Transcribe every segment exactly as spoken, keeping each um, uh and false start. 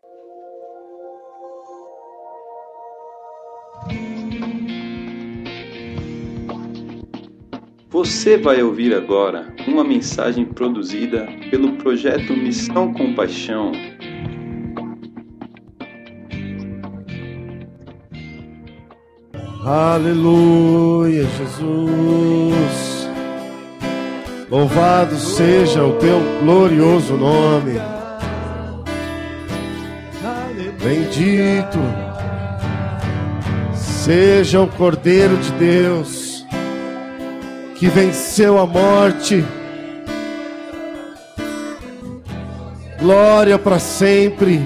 Você vai ouvir agora uma mensagem produzida pelo projeto Missão Compaixão. Aleluia, Jesus. Louvado seja o teu glorioso nome. Bendito seja o Cordeiro de Deus que venceu a morte. Glória para sempre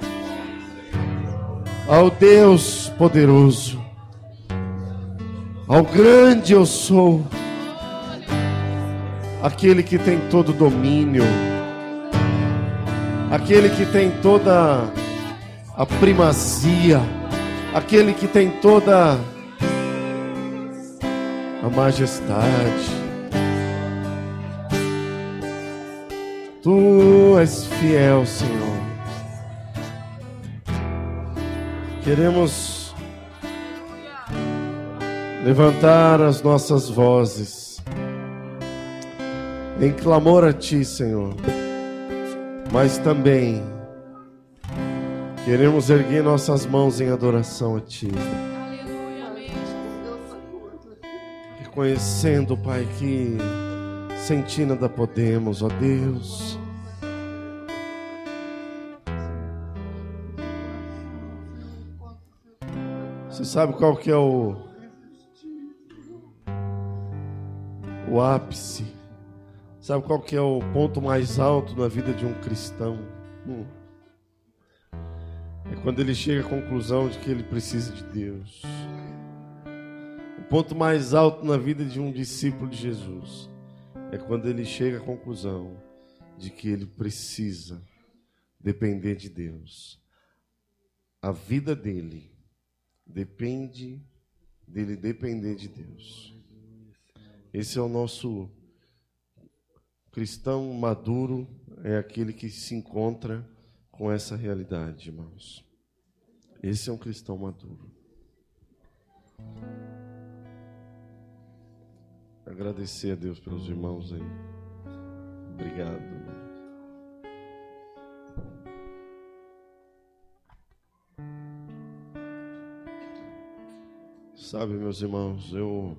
ao Deus poderoso, ao grande eu sou, aquele que tem todo domínio, aquele que tem toda a primazia, aquele que tem toda a majestade. Tu és fiel, Senhor. Queremos levantar as nossas vozes em clamor a Ti, Senhor, mas também queremos erguer nossas mãos em adoração a Ti, reconhecendo, Pai, que sem Ti nada podemos, ó Deus. Você sabe qual que é o o ápice? Sabe qual que é o ponto mais alto na vida de um cristão? Hum. É quando ele chega à conclusão de que ele precisa de Deus. O ponto mais alto na vida de um discípulo de Jesus é quando ele chega à conclusão de que ele precisa depender de Deus. A vida dele depende dele depender de Deus. Esse é o nosso cristão maduro, é aquele que se encontra com essa realidade, irmãos. Esse é um cristão maduro. Agradecer a Deus pelos irmãos aí. Obrigado. Sabe, meus irmãos, eu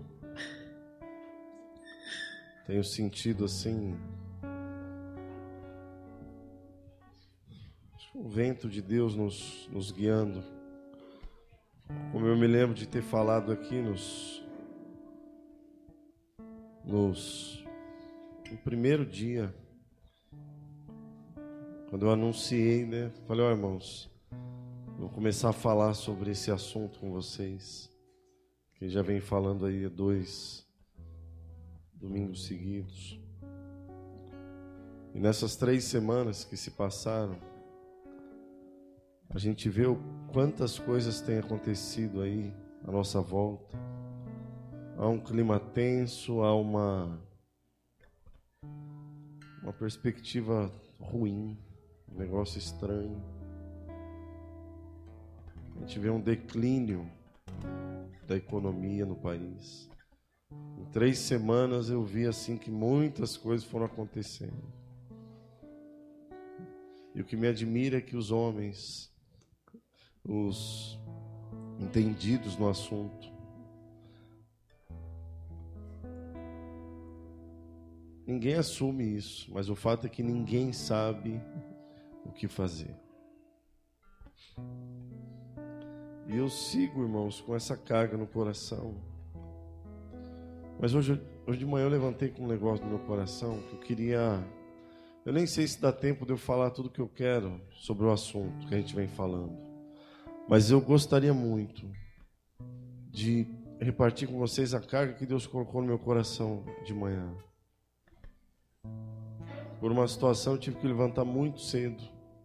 tenho sentido assim o vento de Deus nos, nos guiando. Como eu me lembro de ter falado aqui nos, nos no primeiro dia, quando eu anunciei, né? Falei, ó, irmãos, vou começar a falar sobre esse assunto com vocês, que já vem falando aí há dois domingos seguidos. E nessas três semanas que se passaram, a gente vê o quantas coisas têm acontecido aí à nossa volta. Há um clima tenso, há uma, uma perspectiva ruim, um negócio estranho. A gente vê um declínio da economia no país. Em três semanas eu vi assim que muitas coisas foram acontecendo. E o que me admira é que os homens, os entendidos no assunto, ninguém assume isso, mas o fato é que ninguém sabe o que fazer. E eu sigo, irmãos, com essa carga no coração. Mas hoje, hoje de manhã eu levantei com um negócio no meu coração que eu queria... Eu nem sei se dá tempo de eu falar tudo o que eu quero sobre o assunto que a gente vem falando. Mas eu gostaria muito de repartir com vocês a carga que Deus colocou no meu coração de manhã. Por uma situação eu tive que levantar muito cedo.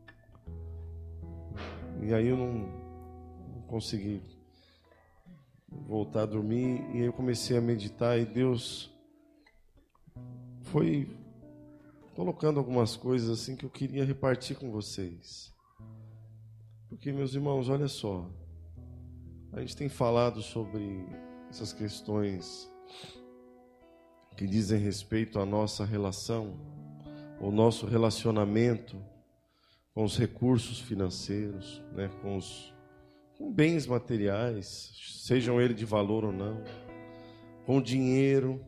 E aí eu não, não consegui voltar a dormir. E aí eu comecei a meditar e Deus foi colocando algumas coisas assim que eu queria repartir com vocês. Porque, meus irmãos, olha só, a gente tem falado sobre essas questões que dizem respeito à nossa relação, o nosso relacionamento com os recursos financeiros, né, com os com bens materiais, sejam eles de valor ou não, com dinheiro.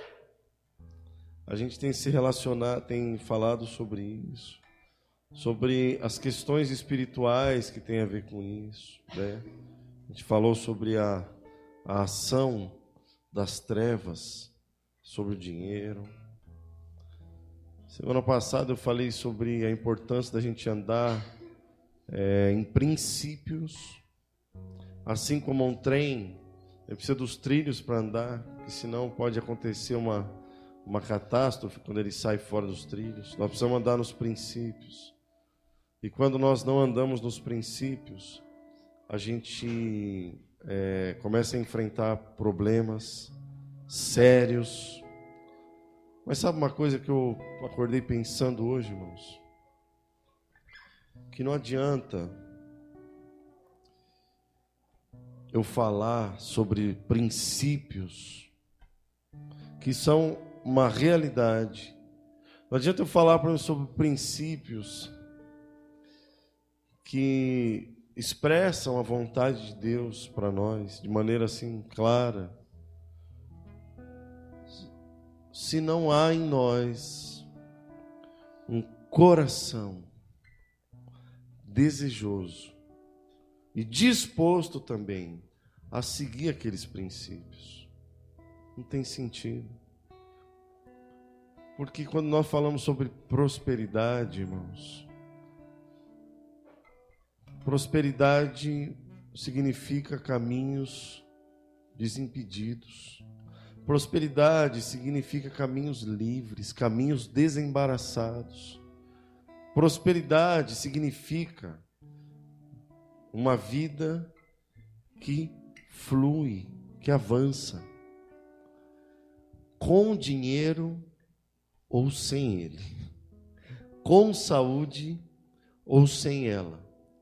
A gente tem se relacionado, tem falado sobre isso, sobre as questões espirituais que tem a ver com isso, né? A gente falou sobre a, a ação das trevas sobre o dinheiro. Semana passada eu falei sobre a importância da gente andar é, em princípios, assim como um trem, ele precisa dos trilhos para andar, porque senão pode acontecer uma, uma catástrofe quando ele sai fora dos trilhos. Nós precisamos andar nos princípios. E quando nós não andamos nos princípios, a gente é, começa a enfrentar problemas sérios. Mas sabe uma coisa que eu acordei pensando hoje, irmãos? Que não adianta eu falar sobre princípios que são uma realidade. Não adianta eu falar para sobre princípios que expressam a vontade de Deus para nós de maneira assim clara, se não há em nós um coração desejoso e disposto também a seguir aqueles princípios. Não tem sentido. Porque quando nós falamos sobre prosperidade, irmãos, prosperidade significa caminhos desimpedidos. Prosperidade significa caminhos livres, caminhos desembaraçados. Prosperidade significa uma vida que flui, que avança, com dinheiro ou sem ele, com saúde ou sem ela.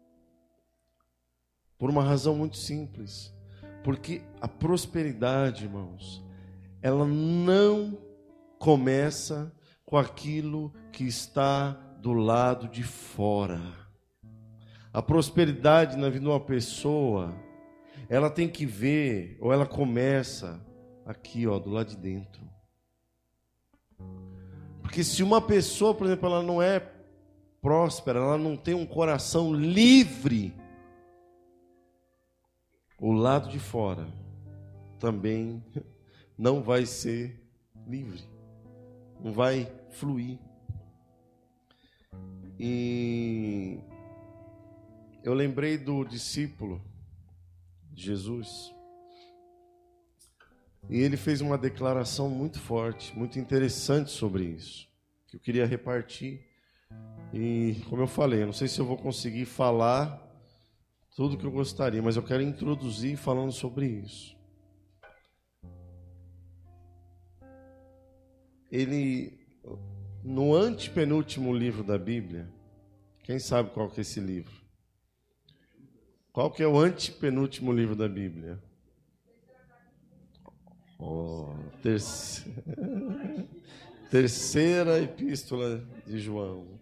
Por uma razão muito simples, porque a prosperidade, irmãos, ela não começa com aquilo que está do lado de fora. A prosperidade na vida de uma pessoa, ela tem que ver, ou ela começa aqui, ó, do lado de dentro. Porque se uma pessoa, por exemplo, ela não é próspera, ela não tem um coração livre, o lado de fora também não vai ser livre, não vai fluir. E eu lembrei do discípulo de Jesus, e ele fez uma declaração muito forte, muito interessante sobre isso, que eu queria repartir. E como eu falei, eu não sei se eu vou conseguir falar tudo que eu gostaria, mas eu quero introduzir falando sobre isso. Ele, no antepenúltimo livro da Bíblia, quem sabe qual que é esse livro? Qual que é o antepenúltimo livro da Bíblia? Oh, terceira, terceira epístola de João.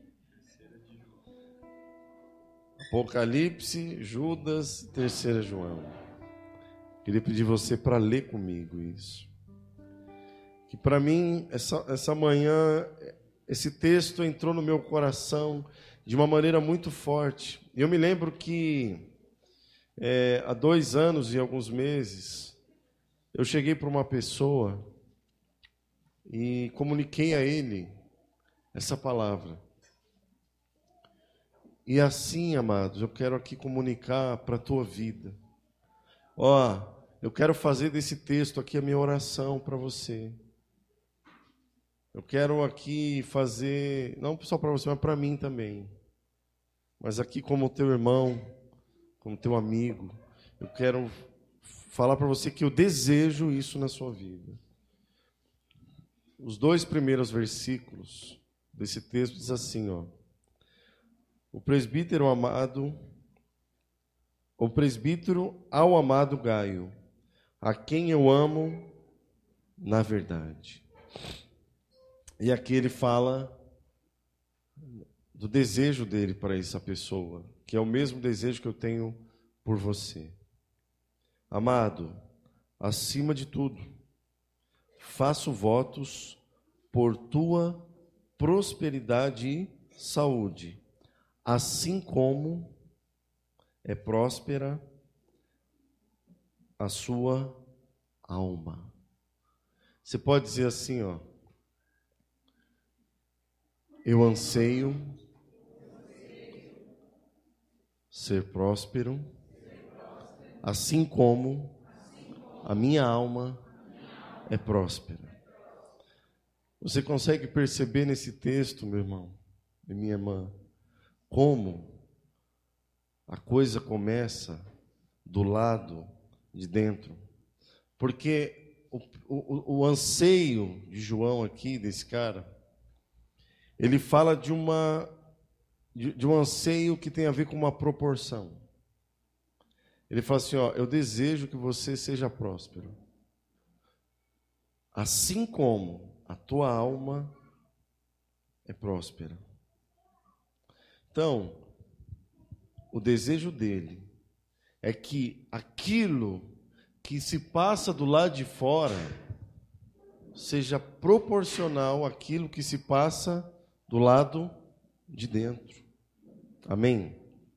Apocalipse, Judas, terceira João. Queria pedir você para ler comigo isso. Que para mim, essa, essa manhã, esse texto entrou no meu coração de uma maneira muito forte. Eu me lembro que é, há dois anos e alguns meses, eu cheguei para uma pessoa e comuniquei a ele essa palavra. E assim, amados, eu quero aqui comunicar para a tua vida. Ó, eu quero fazer desse texto aqui a minha oração para você. Eu quero aqui fazer, não só para você, mas para mim também. Mas aqui como teu irmão, como teu amigo, eu quero falar para você que eu desejo isso na sua vida. Os dois primeiros versículos desse texto diz assim, ó: o presbítero amado, o presbítero ao amado Gaio, a quem eu amo na verdade. E aqui ele fala do desejo dele para essa pessoa, que é o mesmo desejo que eu tenho por você. Amado, acima de tudo, faço votos por tua prosperidade e saúde, assim como é próspera a sua alma. Você pode dizer assim, ó: eu anseio ser próspero, assim como a minha alma é próspera. Você consegue perceber nesse texto, meu irmão e minha irmã, como a coisa começa do lado de dentro? Porque o, o, o anseio de João aqui, desse cara, ele fala de, uma, de, de um anseio que tem a ver com uma proporção. Ele fala assim, ó, eu desejo que você seja próspero, assim como a tua alma é próspera. Então, o desejo dele é que aquilo que se passa do lado de fora seja proporcional àquilo que se passa do lado de dentro. Amém?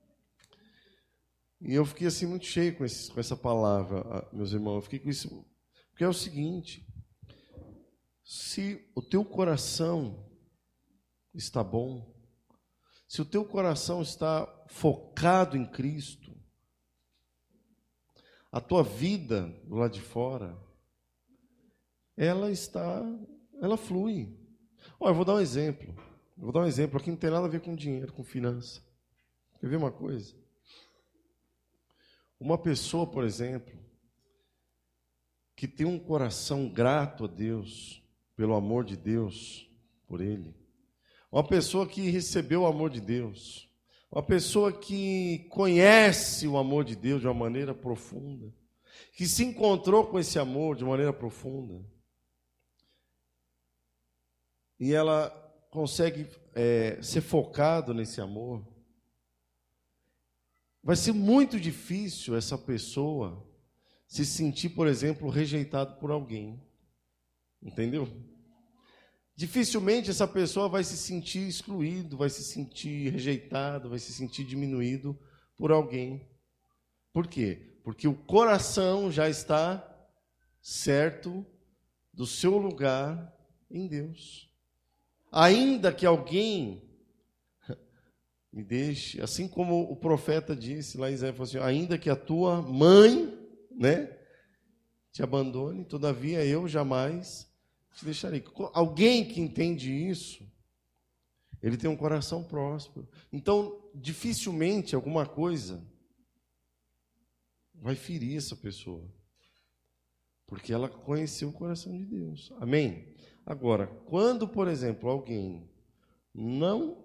E eu fiquei assim muito cheio com, esse, com essa palavra, meus irmãos. Eu fiquei com isso, porque é o seguinte: se o teu coração está bom, se o teu coração está focado em Cristo, a tua vida do lado de fora, ela está, ela flui. Olha, eu vou dar um exemplo. Eu vou dar um exemplo aqui, não tem nada a ver com dinheiro, com finança. Quer ver uma coisa? Uma pessoa, por exemplo, que tem um coração grato a Deus, pelo amor de Deus por ele, uma pessoa que recebeu o amor de Deus, uma pessoa que conhece o amor de Deus de uma maneira profunda, que se encontrou com esse amor de maneira profunda, e ela consegue é, ser focado nesse amor, vai ser muito difícil essa pessoa se sentir, por exemplo, rejeitado por alguém. Entendeu? Dificilmente essa pessoa vai se sentir excluído, vai se sentir rejeitado, vai se sentir diminuído por alguém. Por quê? Porque o coração já está certo do seu lugar em Deus. Ainda que alguém me deixe, assim como o profeta disse lá em Isaías, falou assim, ainda que a tua mãe, né, te abandone, todavia eu jamais te deixarei. Alguém que entende isso, ele tem um coração próspero. Então, dificilmente alguma coisa vai ferir essa pessoa, porque ela conheceu o coração de Deus. Amém? Agora, quando, por exemplo, alguém não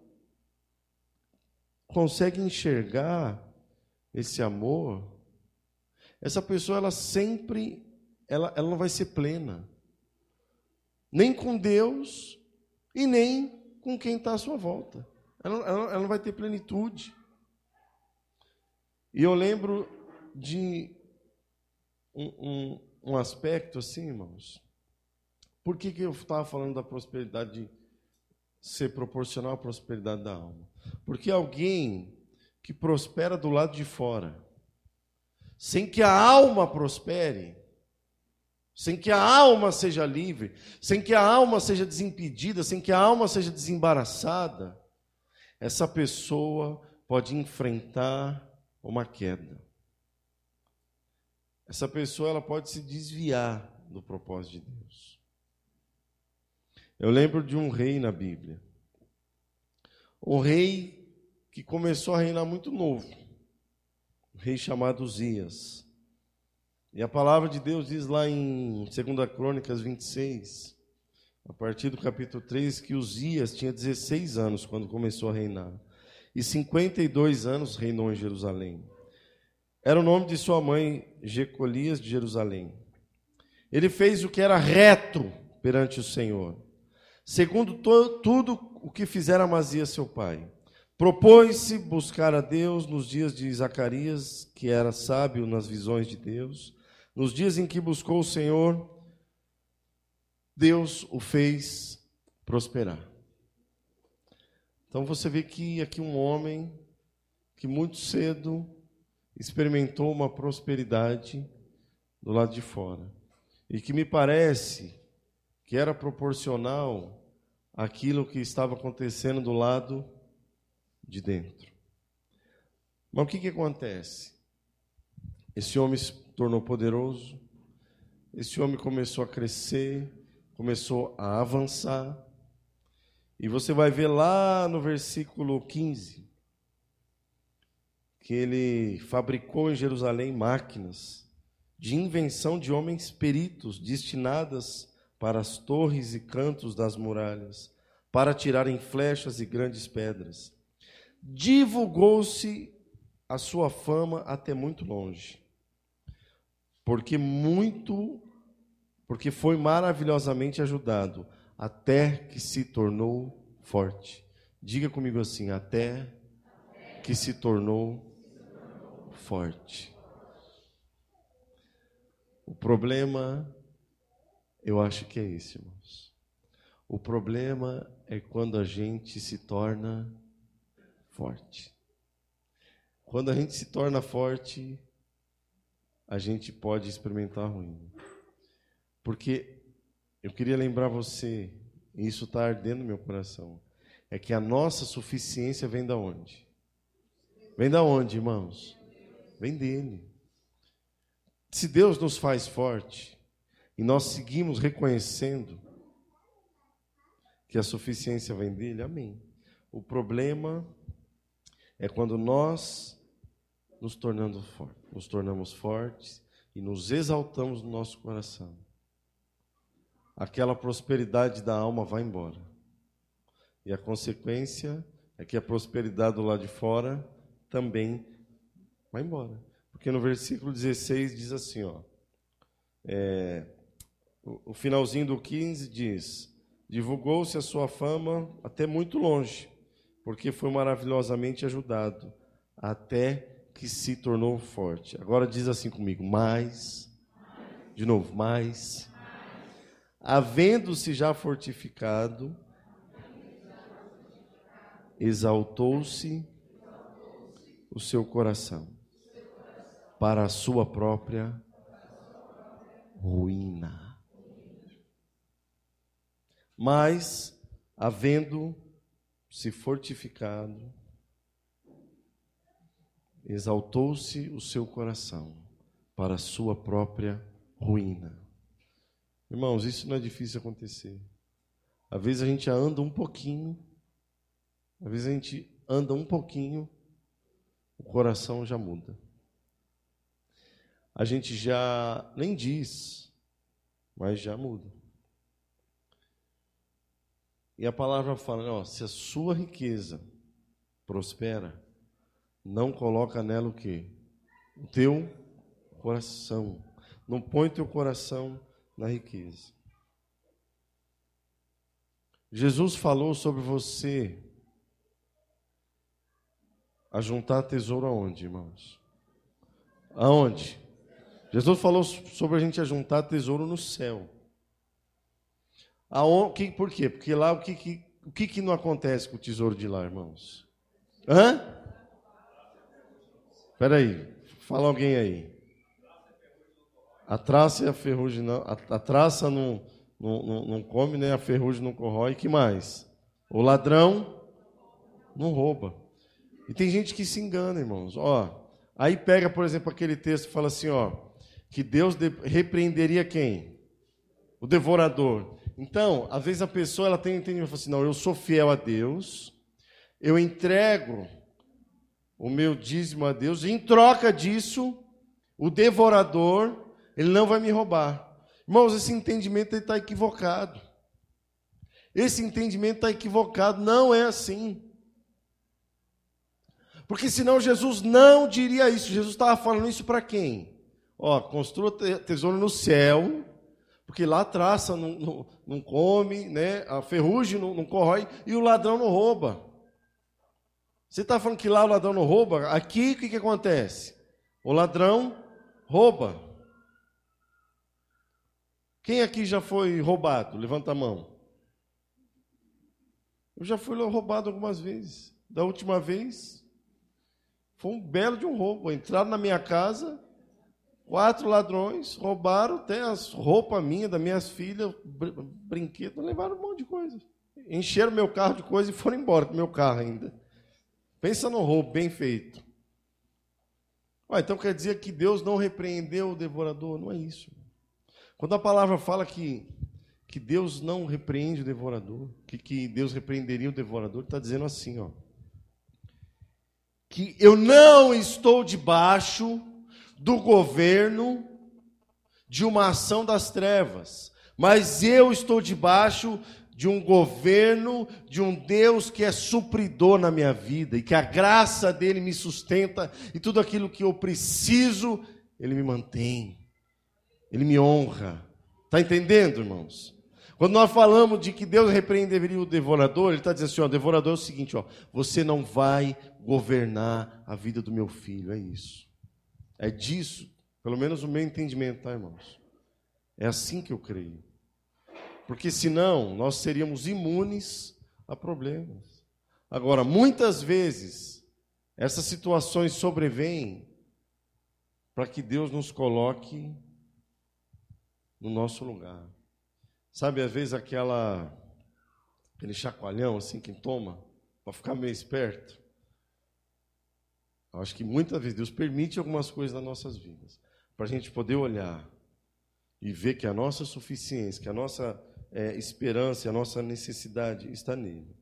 consegue enxergar esse amor, essa pessoa, ela sempre, ela, ela não vai ser plena. Nem com Deus e nem com quem está à sua volta. Ela, ela, ela não vai ter plenitude. E eu lembro de um, um, um aspecto assim, irmãos. Por que, que eu estava falando da prosperidade de ser proporcional à prosperidade da alma? Porque alguém que prospera do lado de fora, sem que a alma prospere, sem que a alma seja livre, sem que a alma seja desimpedida, sem que a alma seja desembaraçada, essa pessoa pode enfrentar uma queda. Essa pessoa, ela pode se desviar do propósito de Deus. Eu lembro de um rei na Bíblia. Um rei que começou a reinar muito novo. Um rei chamado Uzias. E a palavra de Deus diz lá em segunda Crônicas vinte e seis, a partir do capítulo três, que Uzias tinha dezesseis anos quando começou a reinar. E cinquenta e dois anos reinou em Jerusalém. era o nome de sua mãe, Jecolias de Jerusalém. Ele fez o que era reto perante o Senhor, segundo to, tudo o que fizera Amazias seu pai. Propôs-se buscar a Deus nos dias de Zacarias, que era sábio nas visões de Deus. Nos dias em que buscou o Senhor, Deus o fez prosperar. Então você vê que aqui um homem que muito cedo experimentou uma prosperidade do lado de fora. E que me parece que era proporcional àquilo que estava acontecendo do lado de dentro. Mas o que, que acontece? Esse homem se tornou poderoso, esse homem começou a crescer, começou a avançar, e você vai ver lá no versículo quinze, que ele fabricou em Jerusalém máquinas de invenção de homens peritos, destinadas para as torres e cantos das muralhas, para tirarem flechas e grandes pedras. Divulgou-se a sua fama até muito longe, porque muito, porque foi maravilhosamente ajudado, até que se tornou forte. Diga comigo assim, até que se tornou forte. O problema, eu acho que é esse, irmãos. O problema é quando a gente se torna forte. Quando a gente se torna forte, a gente pode experimentar ruim. Porque eu queria lembrar você, e isso está ardendo no meu coração, é que a nossa suficiência vem da onde? Vem da onde, irmãos? Vem dele. Se Deus nos faz forte, e nós seguimos reconhecendo que a suficiência vem dele, amém. O problema é quando nós nos tornamos fortes, nos tornamos fortes e nos exaltamos no nosso coração. Aquela prosperidade da alma vai embora. E a consequência é que a prosperidade do lado de fora também vai embora. Porque no versículo dezesseis diz assim, ó, é, o, o finalzinho do quinze diz, divulgou-se a sua fama até muito longe, porque foi maravilhosamente ajudado, até que se tornou forte. Agora diz assim comigo, mas, de novo, mas, havendo-se já fortificado, exaltou-se o seu coração para a sua própria ruína. Mas, havendo se fortificado, exaltou-se o seu coração para a sua própria ruína. Irmãos, isso não é difícil acontecer. Às vezes a gente anda um pouquinho, às vezes a gente anda um pouquinho, o coração já muda. A gente já nem diz, mas já muda. E a palavra fala, ó, se a sua riqueza prospera, não coloca nela o quê? O teu coração. Não põe teu coração na riqueza. Jesus falou sobre você ajuntar tesouro aonde, irmãos? Aonde? Jesus falou sobre a gente ajuntar tesouro no céu. Aonde, por quê? Porque lá o que, que, o que, que não acontece com o tesouro de lá, irmãos? Hã? Espera aí, fala alguém aí. A traça e a ferrugem não. A, a traça não, não, não, não come, né? A ferrugem não corrói. Que mais? O ladrão não rouba. E tem gente que se engana, irmãos. Ó, aí pega, por exemplo, aquele texto que fala assim, ó, que Deus repreenderia quem? O devorador. Então, às vezes a pessoa ela tem um entendimento, fala assim, não, eu sou fiel a Deus, eu entrego o meu dízimo a Deus, e em troca disso, o devorador, ele não vai me roubar. Irmãos, esse entendimento está equivocado. Esse entendimento está equivocado, não é assim. Porque senão Jesus não diria isso. Jesus estava falando isso para quem? Ó, construa tesouro no céu, porque lá a traça não, não, não come, né? A ferrugem não, não corrói e o ladrão não rouba. Você está falando que lá o ladrão não rouba? Aqui o que, que acontece? O ladrão rouba. Quem aqui já foi roubado? Levanta a mão. Eu já fui roubado algumas vezes. Da última vez, foi um belo de um roubo. Entraram na minha casa, quatro ladrões, roubaram até as roupas minhas, das minhas filhas, br brinquedos, levaram um monte de coisa. Encheram meu carro de coisa e foram embora com meu carro ainda. Pensa no roubo bem feito. Ué, então quer dizer que Deus não repreendeu o devorador? Não é isso. Quando a palavra fala que, que Deus não repreende o devorador, que, que Deus repreenderia o devorador, está dizendo assim, ó, que eu não estou debaixo do governo de uma ação das trevas, mas eu estou debaixo de um governo, de um Deus que é supridor na minha vida, e que a graça dele me sustenta, e tudo aquilo que eu preciso, ele me mantém. Ele me honra. Está entendendo, irmãos? Quando nós falamos de que Deus repreenderia o devorador, ele está dizendo assim, ó, devorador é o seguinte, ó, você não vai governar a vida do meu filho, é isso. É disso, pelo menos o meu entendimento, tá, irmãos? É assim que eu creio. Porque senão nós seríamos imunes a problemas. Agora, muitas vezes, essas situações sobrevêm para que Deus nos coloque no nosso lugar. Sabe, às vezes aquela, aquele chacoalhão assim que toma, para ficar meio esperto. Eu acho que muitas vezes Deus permite algumas coisas nas nossas vidas, para a gente poder olhar e ver que a nossa suficiência, que a nossa é, esperança, a nossa necessidade está nele.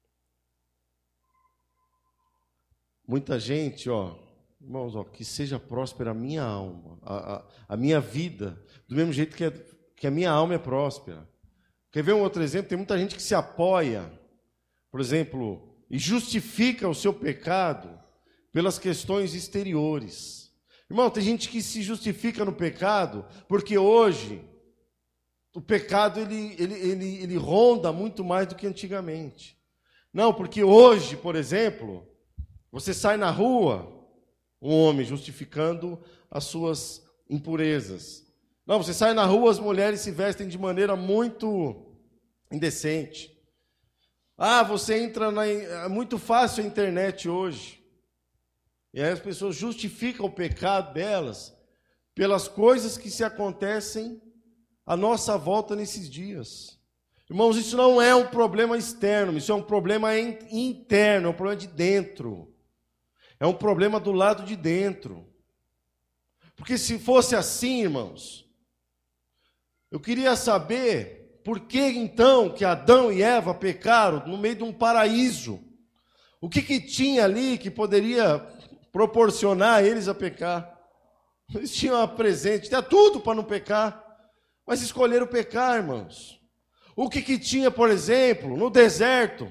Muita gente, ó, irmãos, ó, que seja próspera a minha alma, a, a, a minha vida, do mesmo jeito que, é, que a minha alma é próspera. Quer ver um outro exemplo? Tem muita gente que se apoia, por exemplo, e justifica o seu pecado pelas questões exteriores. Irmão, tem gente que se justifica no pecado porque hoje o pecado ele, ele, ele, ele ronda muito mais do que antigamente. Não, porque hoje, por exemplo, você sai na rua, um homem justificando as suas impurezas. Não, você sai na rua, as mulheres se vestem de maneira muito indecente. Ah, você entra na... É muito fácil a internet hoje. E aí as pessoas justificam o pecado delas pelas coisas que se acontecem à nossa volta nesses dias. Irmãos, isso não é um problema externo, isso é um problema interno, é um problema de dentro. É um problema do lado de dentro. Porque se fosse assim, irmãos, eu queria saber por que então que Adão e Eva pecaram no meio de um paraíso. O que que tinha ali que poderia proporcionar a eles a pecar? Eles tinham a presente, tinha tudo para não pecar, mas escolheram pecar, irmãos. O que que tinha, por exemplo, no deserto?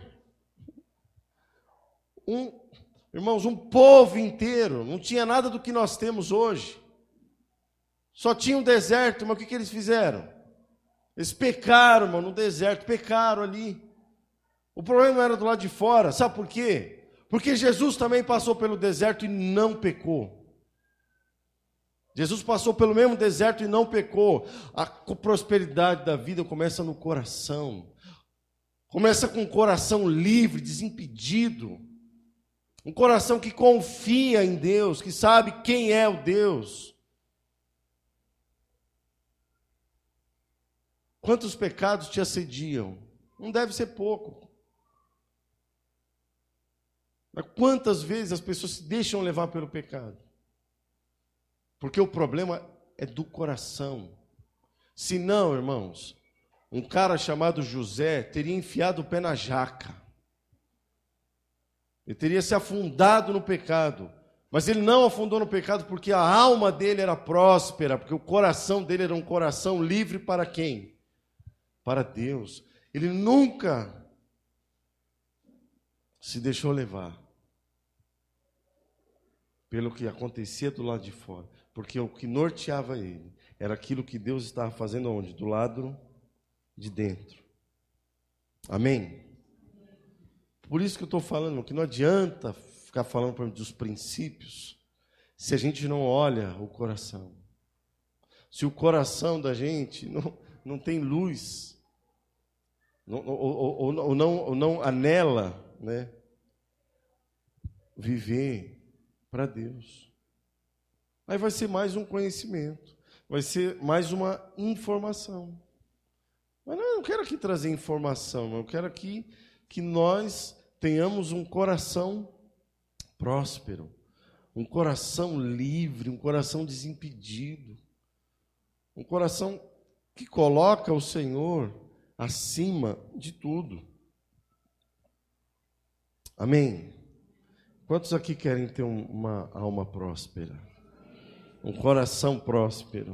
Um, irmãos, um povo inteiro, não tinha nada do que nós temos hoje. Só tinha um deserto, mas o que que eles fizeram? Eles pecaram, irmão, no deserto, pecaram ali. O problema não era do lado de fora, sabe por quê? Porque Jesus também passou pelo deserto e não pecou. Jesus passou pelo mesmo deserto e não pecou. A prosperidade da vida começa no coração. Começa com um coração livre, desimpedido. Um coração que confia em Deus, que sabe quem é o Deus. Quantos pecados te assediam? Não deve ser pouco. Mas quantas vezes as pessoas se deixam levar pelo pecado? Porque o problema é do coração. Se não, irmãos, um cara chamado José teria enfiado o pé na jaca. Ele teria se afundado no pecado. Mas ele não afundou no pecado porque a alma dele era próspera, porque o coração dele era um coração livre para quem? Para Deus. Ele nunca se deixou levar. pelo que acontecia do lado de fora, porque o que norteava ele era aquilo que Deus estava fazendo onde? Do lado de dentro. Amém? Por isso que eu estou falando, que não adianta ficar falando dos princípios se a gente não olha o coração. Se o coração da gente não, não tem luz, não, ou, ou, ou, não, ou não anela, né, viver para Deus. Aí vai ser mais um conhecimento, vai ser mais uma informação. Mas não, eu não quero aqui trazer informação, eu quero aqui que nós tenhamos um coração próspero, um coração livre, um coração desimpedido, um coração que coloca o Senhor acima de tudo. Amém? Quantos aqui querem ter uma alma próspera? Um coração próspero?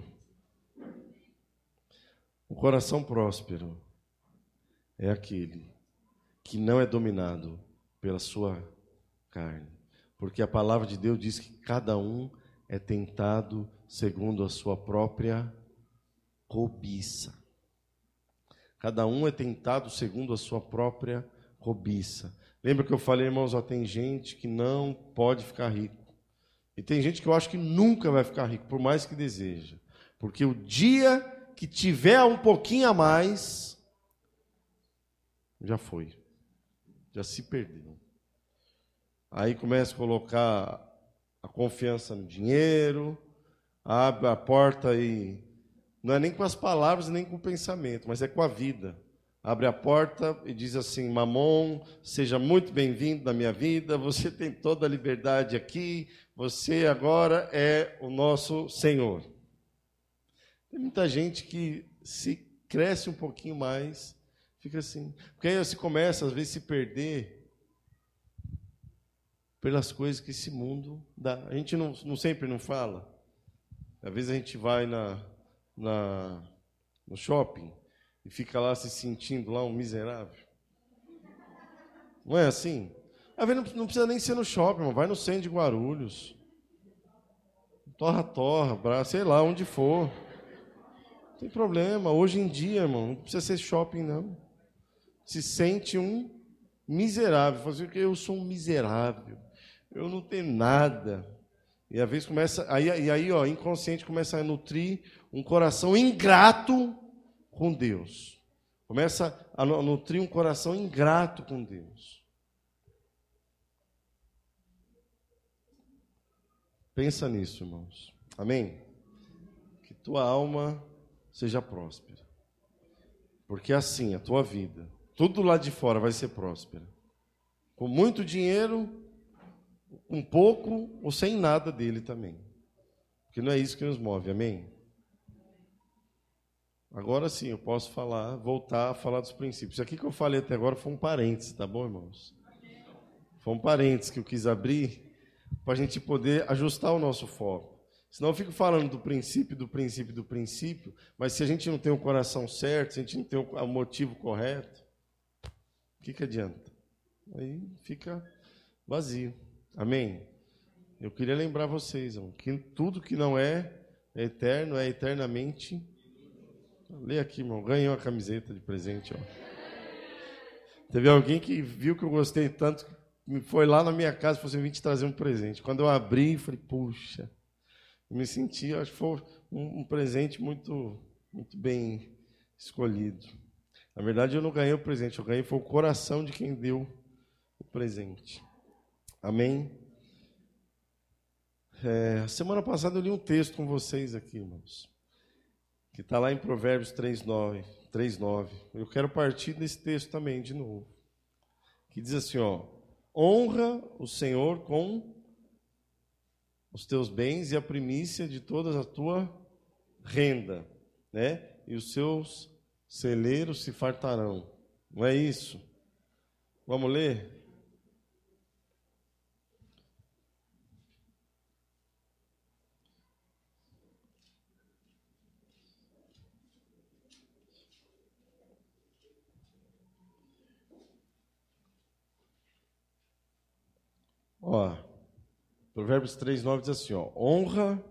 Um coração próspero é aquele que não é dominado pela sua carne. Porque a palavra de Deus diz que cada um é tentado segundo a sua própria cobiça. Cada um é tentado segundo a sua própria cobiça. Lembra que eu falei, irmãos, ó, tem gente que não pode ficar rico. E tem gente que eu acho que nunca vai ficar rico, por mais que deseja. Porque o dia que tiver um pouquinho a mais, já foi. Já se perdeu. Aí começa a colocar a confiança no dinheiro, abre a porta e... Não é nem com as palavras, nem com o pensamento, mas é com a vida. Abre a porta e diz assim, Mamon, seja muito bem-vindo na minha vida, você tem toda a liberdade aqui, você agora é o nosso Senhor. Tem muita gente que se cresce um pouquinho mais, fica assim. Porque aí você começa, às vezes, a se perder pelas coisas que esse mundo dá. A gente não, não sempre não fala. Às vezes a gente vai na... Na, no shopping e fica lá se sentindo lá um miserável. Não é assim? Às vezes não precisa nem ser no shopping, irmão. Vai no centro de Guarulhos. Torra, torra, sei lá, onde for. Não tem problema. Hoje em dia, irmão, não precisa ser shopping, não. Se sente um miserável. Fala assim, eu sou um miserável. Eu não tenho nada. E às vezes começa, aí, e aí, ó, inconsciente começa a nutrir um coração ingrato com Deus. Começa a nutrir um coração ingrato com Deus. Pensa nisso, irmãos. Amém? Que tua alma seja próspera. Porque assim, a tua vida, tudo lá de fora vai ser próspera. Com muito dinheiro, com pouco ou sem nada dele também. Porque não é isso que nos move, amém? Agora sim, eu posso falar, voltar a falar dos princípios. Isso aqui que eu falei até agora foi um parênteses, tá bom, irmãos? Foi um parênteses que eu quis abrir para a gente poder ajustar o nosso foco. Senão eu fico falando do princípio, do princípio, do princípio, mas se a gente não tem o coração certo, se a gente não tem o motivo correto, o que, que adianta? Aí fica vazio. Amém? Eu queria lembrar vocês, irmão, que tudo que não é eterno é eternamente. Lê aqui, irmão. Ganhei uma camiseta de presente. Ó. Teve alguém que viu que eu gostei tanto, que foi lá na minha casa e falou assim, vim te trazer um presente. Quando eu abri, falei, puxa, eu me senti, acho que foi um, um presente muito, muito bem escolhido. Na verdade, eu não ganhei o presente, eu ganhei foi o coração de quem deu o presente. Amém? É, semana passada eu li um texto com vocês aqui, irmãos, que está lá em Provérbios três, nove. Eu quero partir desse texto também, de novo. Que diz assim, ó, honra o Senhor com os teus bens e a primícia de toda a tua renda, né? E os seus celeiros se fartarão. Não é isso? Vamos ler? Ó, Provérbios três, nove diz assim, ó, honra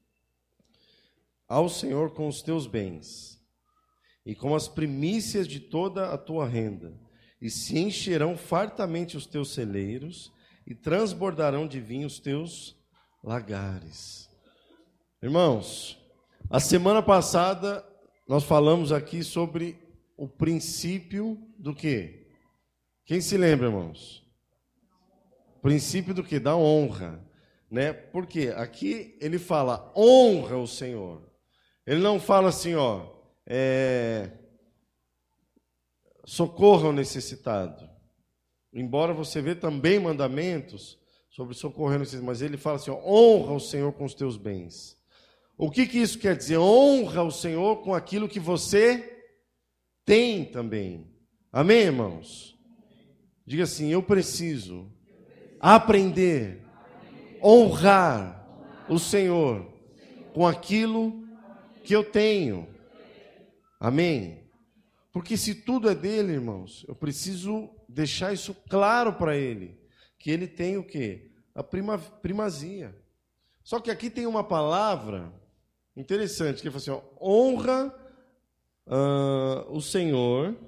ao Senhor com os teus bens e com as primícias de toda a tua renda, e se encherão fartamente os teus celeiros e transbordarão de vinho os teus lagares. Irmãos, a semana passada nós falamos aqui sobre o princípio do quê? Quem se lembra, irmãos? O princípio do quê? Da honra, né? Porque aqui ele fala honra o Senhor. Ele não fala assim, ó, é, socorra o necessitado. Embora você vê também mandamentos sobre socorrer o necessitado, mas ele fala assim, ó, honra o Senhor com os teus bens. O que, que isso quer dizer? Honra o Senhor com aquilo que você tem também. Amém, irmãos? Diga assim, eu preciso aprender, honrar o Senhor com aquilo que eu tenho. Amém? Porque se tudo é dele, irmãos, eu preciso deixar isso claro para ele, que ele tem o quê? A prima, primazia. Só que aqui tem uma palavra interessante, que ele fala assim, ó, honra uh, o Senhor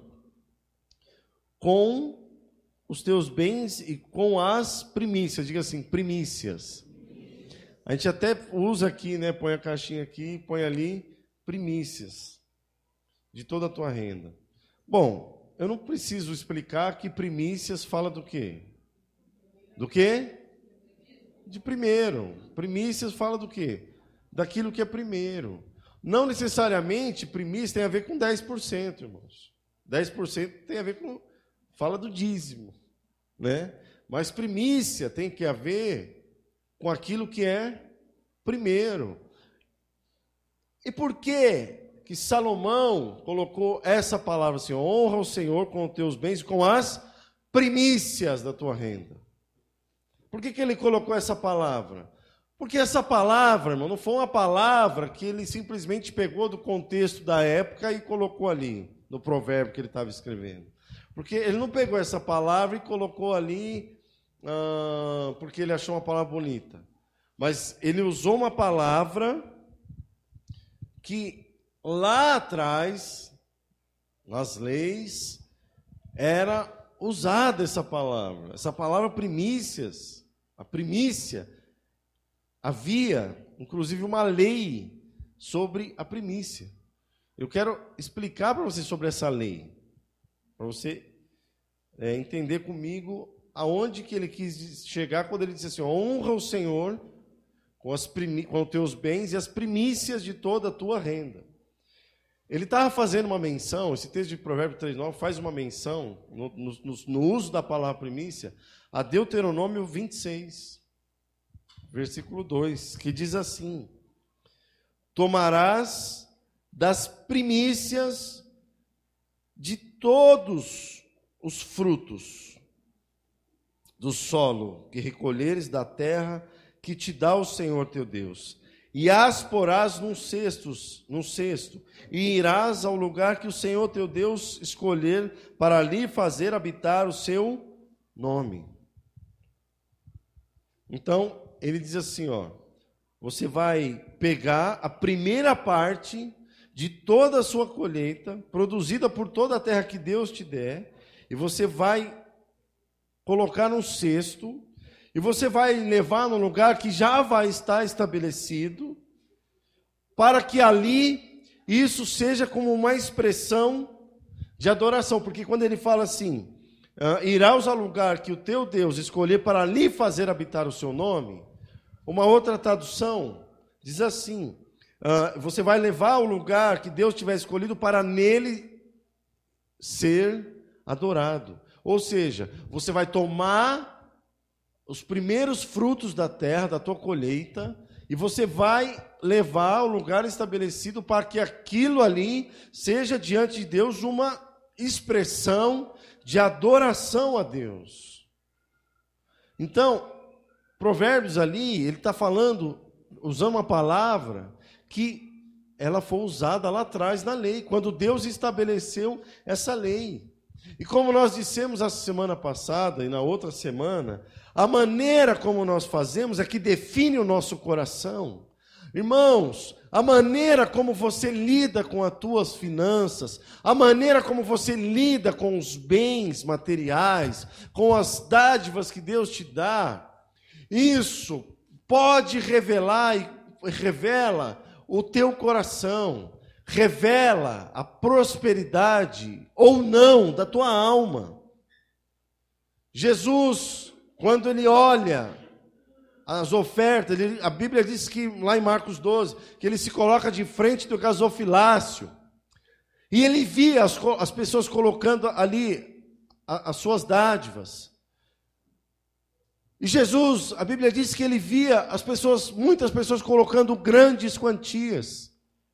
com os teus bens e com as primícias. Diga assim, primícias. A gente até usa aqui, né? Põe a caixinha aqui, põe ali, primícias de toda a tua renda. Bom, eu não preciso explicar que primícias fala do quê? Do quê? De primeiro. Primícias fala do quê? Daquilo que é primeiro. Não necessariamente primícia tem a ver com dez por cento, irmãos. dez por cento tem a ver com... Fala do dízimo, né? Mas primícia tem que ver com aquilo que é primeiro. E por que que Salomão colocou essa palavra assim, honra o Senhor com os teus bens e com as primícias da tua renda? Por que que ele colocou essa palavra? Porque essa palavra, irmão, não foi uma palavra que ele simplesmente pegou do contexto da época e colocou ali, no provérbio que ele estava escrevendo. Porque ele não pegou essa palavra e colocou ali ah, porque ele achou uma palavra bonita. Mas ele usou uma palavra que lá atrás, nas leis, era usada essa palavra. Essa palavra primícias, a primícia, havia inclusive uma lei sobre a primícia. Eu quero explicar para você sobre essa lei, para você é, entender comigo aonde que ele quis chegar quando ele disse assim, honra o Senhor com, as primi- com os teus bens e as primícias de toda a tua renda. Ele estava fazendo uma menção, esse texto de Provérbios três, nove faz uma menção, no, no, no uso da palavra primícia, a Deuteronômio vinte e seis, versículo dois, que diz assim, tomarás das primícias de todos os frutos do solo que recolheres da terra que te dá o Senhor teu Deus, e as porás num cesto, num cesto, e irás ao lugar que o Senhor teu Deus escolher para ali fazer habitar o seu nome. Então, ele diz assim, ó, você vai pegar a primeira parte de toda a sua colheita, produzida por toda a terra que Deus te der, e você vai colocar num cesto, e você vai levar num lugar que já vai estar estabelecido, para que ali isso seja como uma expressão de adoração. Porque quando ele fala assim, uh, irás ao lugar que o teu Deus escolher para ali fazer habitar o seu nome, uma outra tradução diz assim, uh, você vai levar ao lugar que Deus tiver escolhido para nele ser adorado. Ou seja, você vai tomar os primeiros frutos da terra, da tua colheita, e você vai levar ao lugar estabelecido para que aquilo ali seja diante de Deus uma expressão de adoração a Deus. Então, Provérbios ali, ele está falando, usando uma palavra que ela foi usada lá atrás na lei, quando Deus estabeleceu essa lei. E como nós dissemos a semana passada e na outra semana, a maneira como nós fazemos é que define o nosso coração. Irmãos, a maneira como você lida com as tuas finanças, a maneira como você lida com os bens materiais, com as dádivas que Deus te dá, isso pode revelar e revela o teu coração, revela a prosperidade ou não da tua alma. Jesus, quando ele olha as ofertas, ele, a Bíblia diz que, lá em Marcos doze, que ele se coloca de frente do gasofilácio, e ele via as, as pessoas colocando ali a, as suas dádivas. E Jesus, a Bíblia diz que ele via as pessoas, muitas pessoas colocando grandes quantias,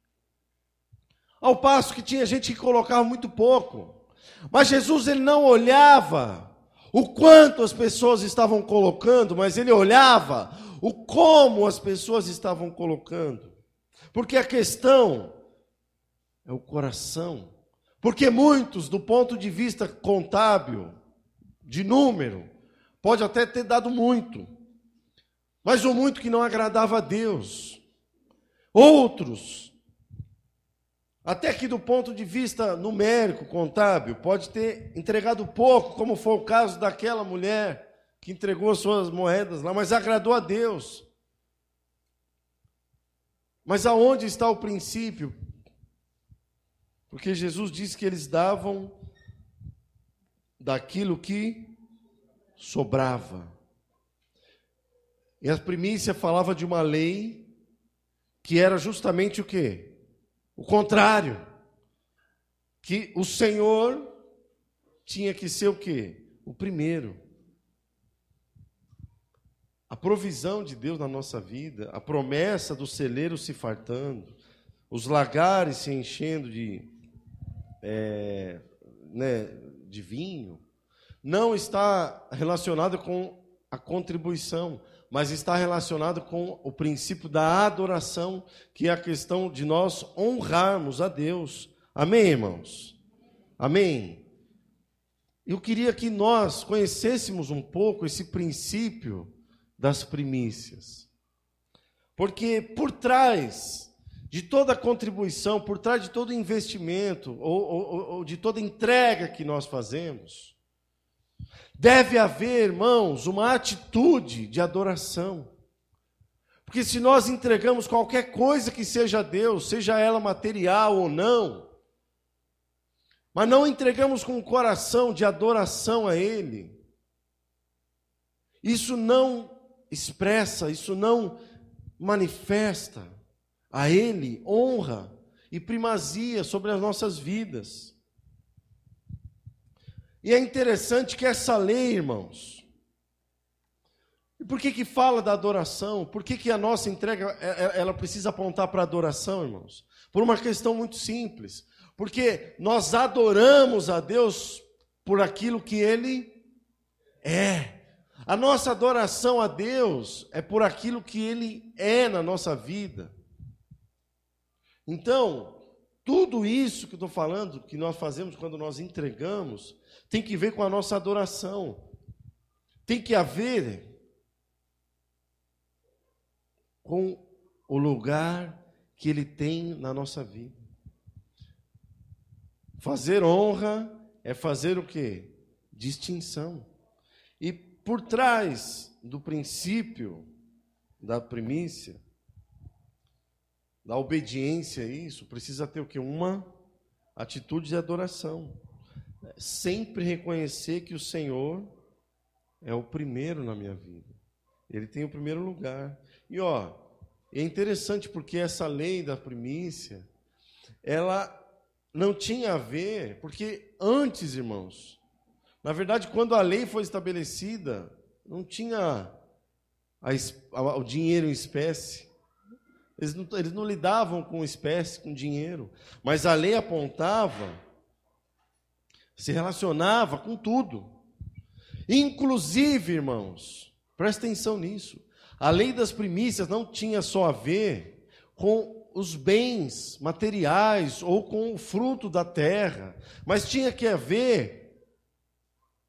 ao passo que tinha gente que colocava muito pouco. Mas Jesus, ele não olhava o quanto as pessoas estavam colocando, mas ele olhava o como as pessoas estavam colocando. Porque a questão é o coração. Porque muitos, do ponto de vista contábil, de número, pode até ter dado muito, mas o muito que não agradava a Deus. Outros, até que do ponto de vista numérico, contábil, pode ter entregado pouco, como foi o caso daquela mulher que entregou as suas moedas lá, mas agradou a Deus. Mas aonde está o princípio? Porque Jesus disse que eles davam daquilo que sobrava. E a primícia falava de uma lei que era justamente o quê? O contrário, que o Senhor tinha que ser o quê? O primeiro. A provisão de Deus na nossa vida, a promessa do celeiro se fartando, os lagares se enchendo de, é, né, de vinho, não está relacionado com a contribuição, mas está relacionado com o princípio da adoração, que é a questão de nós honrarmos a Deus. Amém, irmãos? Amém? Eu queria que nós conhecêssemos um pouco esse princípio das primícias. Porque por trás de toda contribuição, por trás de todo investimento, ou, ou, ou de toda entrega que nós fazemos, deve haver, irmãos, uma atitude de adoração. Porque se nós entregamos qualquer coisa que seja a Deus, seja ela material ou não, mas não entregamos com um coração de adoração a Ele, isso não expressa, isso não manifesta a Ele honra e primazia sobre as nossas vidas. E é interessante que essa lei, irmãos, e por que que fala da adoração? Por que que a nossa entrega, ela precisa apontar para a adoração, irmãos? Por uma questão muito simples. Porque nós adoramos a Deus por aquilo que Ele é. A nossa adoração a Deus é por aquilo que Ele é na nossa vida. Então, tudo isso que eu estou falando, que nós fazemos quando nós entregamos, tem que ver com a nossa adoração. Tem que haver com o lugar que Ele tem na nossa vida. Fazer honra é fazer o quê? Distinção. E por trás do princípio da primícia, da obediência a isso, precisa ter o quê? Uma atitude de adoração. Sempre reconhecer que o Senhor é o primeiro na minha vida. Ele tem o primeiro lugar. E ó, é interessante porque essa lei da primícia, ela não tinha a ver, porque antes, irmãos, na verdade, quando a lei foi estabelecida, não tinha a, a, o dinheiro em espécie. Eles não, eles não lidavam com espécie, com dinheiro. Mas a lei apontava, se relacionava com tudo. Inclusive, irmãos, presta atenção nisso. A lei das primícias não tinha só a ver com os bens materiais ou com o fruto da terra, mas tinha que haver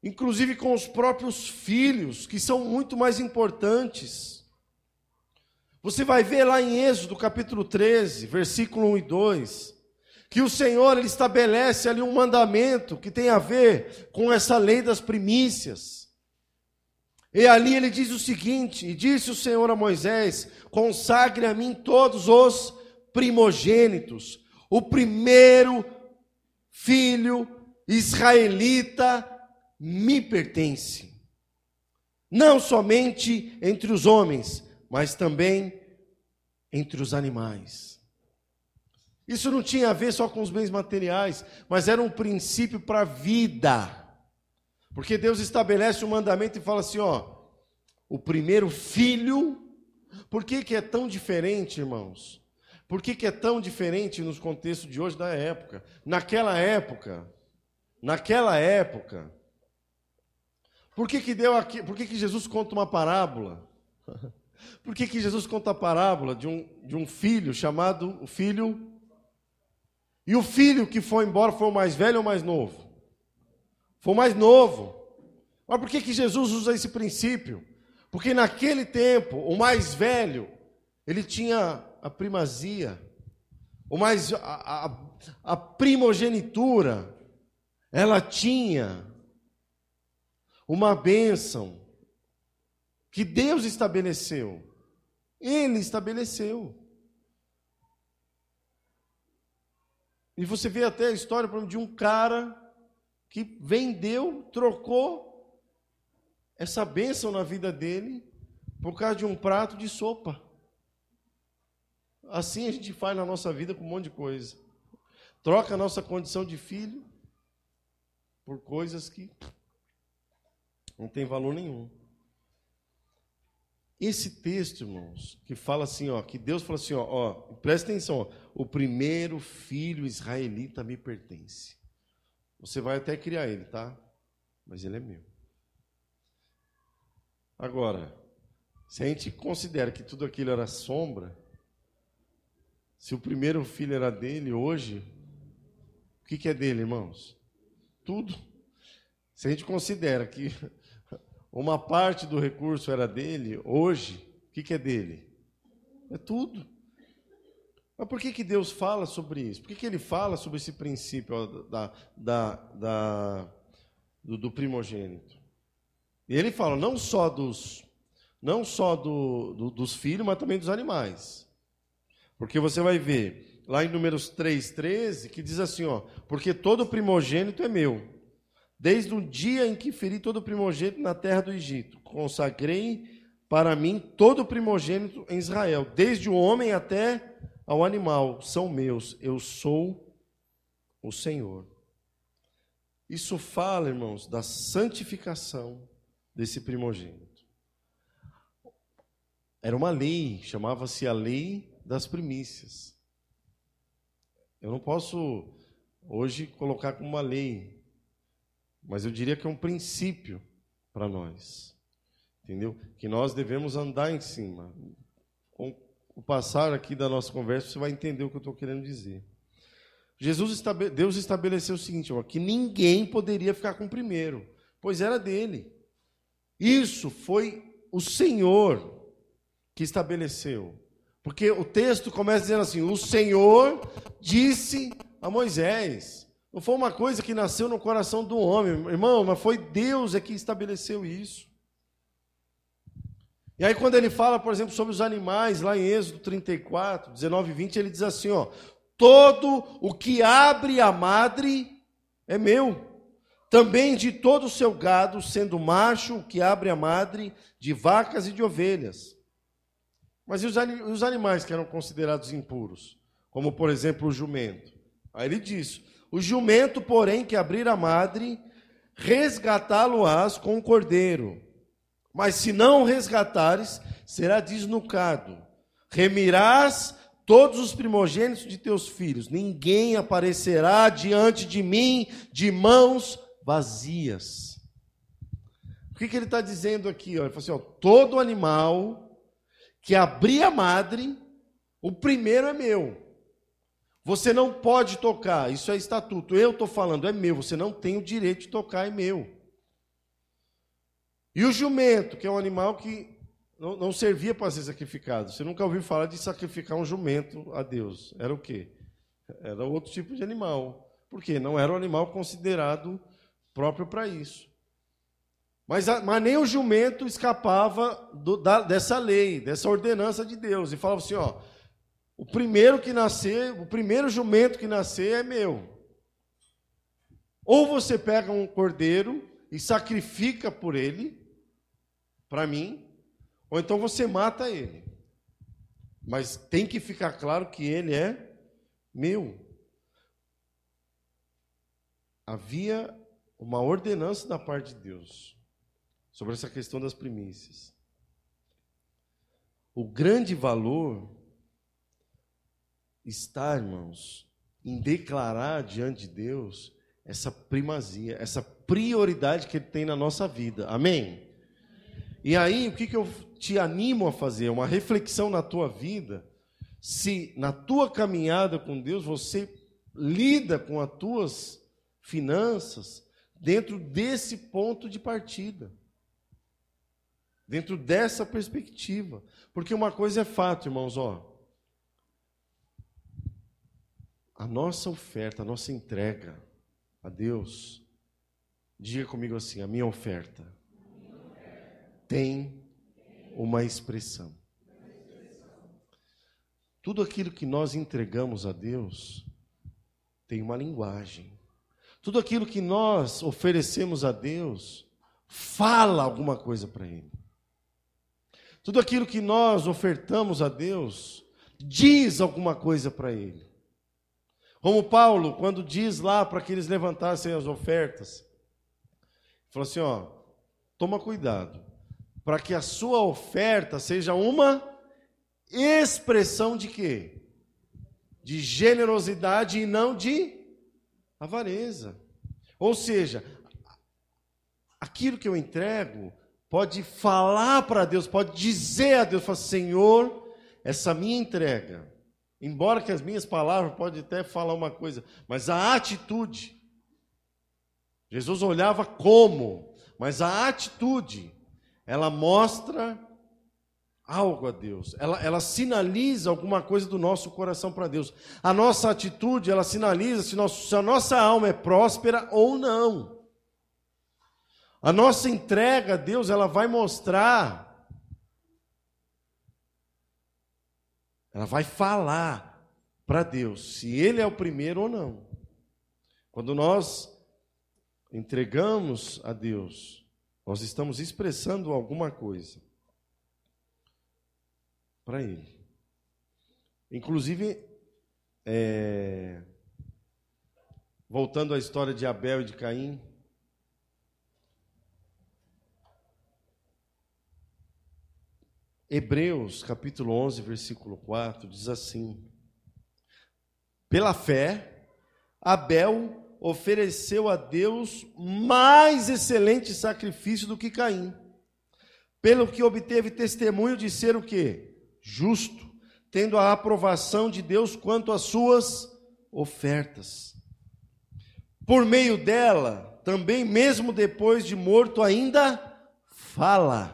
inclusive com os próprios filhos, que são muito mais importantes. Você vai ver lá em Êxodo, capítulo treze, versículo um e dois, que o Senhor ele estabelece ali um mandamento que tem a ver com essa lei das primícias. E ali ele diz o seguinte: e disse o Senhor a Moisés: consagre a mim todos os primogênitos, o primeiro filho israelita me pertence, não somente entre os homens, mas também entre os animais. Isso não tinha a ver só com os bens materiais, mas era um princípio para a vida. Porque Deus estabelece um mandamento e fala assim, ó, o primeiro filho. Por que que é tão diferente, irmãos? Por que que é tão diferente nos contextos de hoje da época? Naquela época, naquela época, por que que deu aqui, por que que Jesus conta uma parábola? Por que que Jesus conta a parábola de um, de um filho chamado o filho? E o filho que foi embora foi o mais velho ou o mais novo? Foi o mais novo. Mas por que que Jesus usa esse princípio? Porque naquele tempo, o mais velho, ele tinha a primazia, o mais, a, a, a primogenitura, ela tinha uma bênção que Deus estabeleceu. Ele estabeleceu. E você vê até a história de um cara que vendeu, trocou essa bênção na vida dele por causa de um prato de sopa. Assim a gente faz na nossa vida com um monte de coisa. Troca a nossa condição de filho por coisas que não tem valor nenhum. Esse texto, irmãos, que fala assim, ó, que Deus fala assim, ó, ó, presta atenção, ó, o primeiro filho israelita me pertence. Você vai até criar ele, tá? Mas ele é meu. Agora, se a gente considera que tudo aquilo era sombra, se o primeiro filho era dele, hoje, o que que é dele, irmãos? Tudo. Se a gente considera que uma parte do recurso era dele, hoje, o que que é dele? É tudo. Mas por que que Deus fala sobre isso? Por que que ele fala sobre esse princípio ó, da, da, da, do, do primogênito? E ele fala não só dos, não só do, do, dos filhos, mas também dos animais. Porque você vai ver, lá em Números três, treze, que diz assim, ó, porque todo primogênito é meu. Desde o dia em que feri todo primogênito na terra do Egito, consagrei para mim todo primogênito em Israel, desde o homem até ao animal, são meus, eu sou o Senhor. Isso fala, irmãos, da santificação desse primogênito. Era uma lei, chamava-se a lei das primícias. Eu não posso hoje colocar como uma lei, mas eu diria que é um princípio para nós, entendeu? Que nós devemos andar em cima. Com o passar aqui da nossa conversa, você vai entender o que eu estou querendo dizer. Jesus estabe... Deus estabeleceu o seguinte, ó, que ninguém poderia ficar com o primeiro, pois era dele. Isso foi o Senhor que estabeleceu. Porque o texto começa dizendo assim, o Senhor disse a Moisés. Não foi uma coisa que nasceu no coração do homem, irmão, mas foi Deus é que estabeleceu isso. E aí quando ele fala, por exemplo, sobre os animais, lá em Êxodo trinta e quatro, dezenove e vinte, ele diz assim, ó, todo o que abre a madre é meu, também de todo o seu gado, sendo macho o que abre a madre, de vacas e de ovelhas. Mas e os animais que eram considerados impuros? Como, por exemplo, o jumento. Aí ele diz, o jumento, porém, que abrir a madre, resgatá-lo-ás com o cordeiro. Mas se não o resgatares, será desnucado. Remirás todos os primogênitos de teus filhos. Ninguém aparecerá diante de mim de mãos vazias. O que, que ele está dizendo aqui? Ó? Ele fala assim, ó, todo animal que abrir a madre, o primeiro é meu. Você não pode tocar, isso é estatuto. Eu estou falando, é meu, você não tem o direito de tocar, é meu. E o jumento, que é um animal que não, não servia para ser sacrificado. Você nunca ouviu falar de sacrificar um jumento a Deus. Era o quê? Era outro tipo de animal. Por quê? Não era um animal considerado próprio para isso. Mas, mas nem o jumento escapava do, da, dessa lei, dessa ordenança de Deus. E falava assim, ó, o primeiro que nascer, o primeiro jumento que nascer é meu. Ou você pega um cordeiro e sacrifica por ele, para mim, ou então você mata ele. Mas tem que ficar claro que ele é meu. Havia uma ordenança da parte de Deus sobre essa questão das primícias. O grande valor está, irmãos, em declarar diante de Deus essa primazia, essa prioridade que Ele tem na nossa vida. Amém? E aí, o que, que eu te animo a fazer? Uma reflexão na tua vida. Se na tua caminhada com Deus, você lida com as tuas finanças dentro desse ponto de partida. Dentro dessa perspectiva. Porque uma coisa é fato, irmãos, ó. A nossa oferta, a nossa entrega a Deus, diga comigo assim, a minha oferta tem uma expressão. Tudo aquilo que nós entregamos a Deus tem uma linguagem. Tudo aquilo que nós oferecemos a Deus fala alguma coisa para Ele. Tudo aquilo que nós ofertamos a Deus diz alguma coisa para Ele. Como Paulo, quando diz lá para que eles levantassem as ofertas, falou assim, ó, toma cuidado, para que a sua oferta seja uma expressão de quê? De generosidade e não de avareza. Ou seja, aquilo que eu entrego pode falar para Deus, pode dizer a Deus, fala, Senhor, essa minha entrega, embora que as minhas palavras podem até falar uma coisa, mas a atitude, Jesus olhava como, mas a atitude, ela mostra algo a Deus, ela, ela sinaliza alguma coisa do nosso coração para Deus. A nossa atitude, ela sinaliza se, nosso, se a nossa alma é próspera ou não. A nossa entrega a Deus, ela vai mostrar, ela vai falar para Deus se Ele é o primeiro ou não. Quando nós entregamos a Deus, nós estamos expressando alguma coisa para Ele. Inclusive, é, voltando à história de Abel e de Caim, Hebreus, capítulo onze, versículo quatro, diz assim: pela fé, Abel ofereceu a Deus mais excelente sacrifício do que Caim, pelo que obteve testemunho de ser o quê? Justo, tendo a aprovação de Deus quanto às suas ofertas. Por meio dela, também mesmo depois de morto, ainda fala.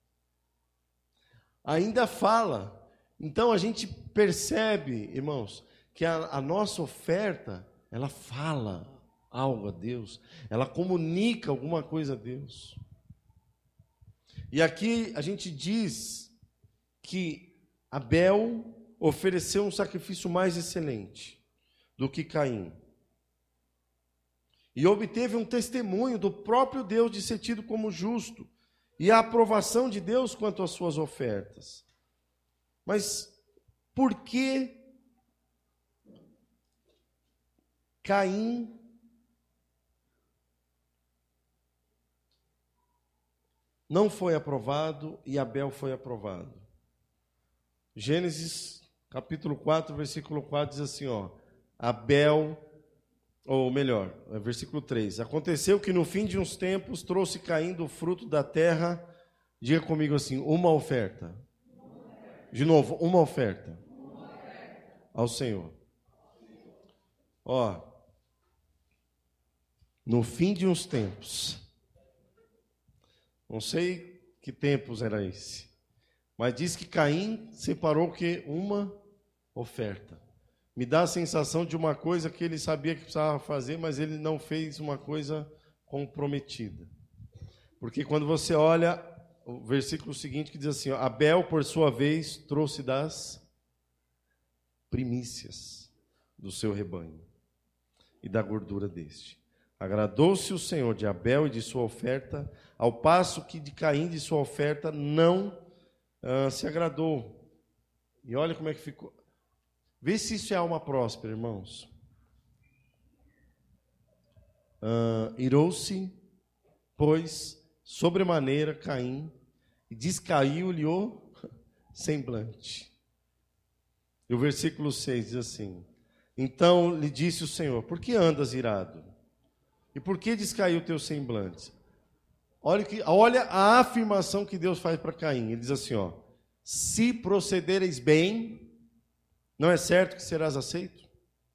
Ainda fala. Então a gente percebe, irmãos, que a, a nossa oferta, ela fala algo a Deus, ela comunica alguma coisa a Deus. E aqui a gente diz que Abel ofereceu um sacrifício mais excelente do que Caim. E obteve um testemunho do próprio Deus de ser tido como justo e a aprovação de Deus quanto às suas ofertas. Mas por que Caim não foi aprovado e Abel foi aprovado? Gênesis capítulo quatro, versículo quatro diz assim, ó, Abel, ou melhor, versículo três, aconteceu que no fim de uns tempos trouxe Caim do fruto da terra, diga comigo assim, uma oferta. De novo, uma oferta ao Senhor. Ó, no fim de uns tempos, Não sei que tempos era esse. Mas diz que Caim separou o quê? Uma oferta. Me dá a sensação de uma coisa que ele sabia que precisava fazer, mas ele não fez uma coisa comprometida. Porque quando você olha o versículo seguinte que diz assim, ó, Abel, por sua vez, trouxe das primícias do seu rebanho e da gordura deste. Agradou-se o Senhor de Abel e de sua oferta, ao passo que de Caim de sua oferta não ah, se agradou. E olha como é que ficou. Vê se isso é alma próspera, irmãos. Ah, irou-se, pois, sobremaneira Caim, e descaiu-lhe o semblante. E o versículo seis diz assim, então lhe disse o Senhor, por que andas irado? E por que descaiu o teu semblante? Olha, que, olha a afirmação que Deus faz para Caim. Ele diz assim, ó, se procedereis bem, não é certo que serás aceito?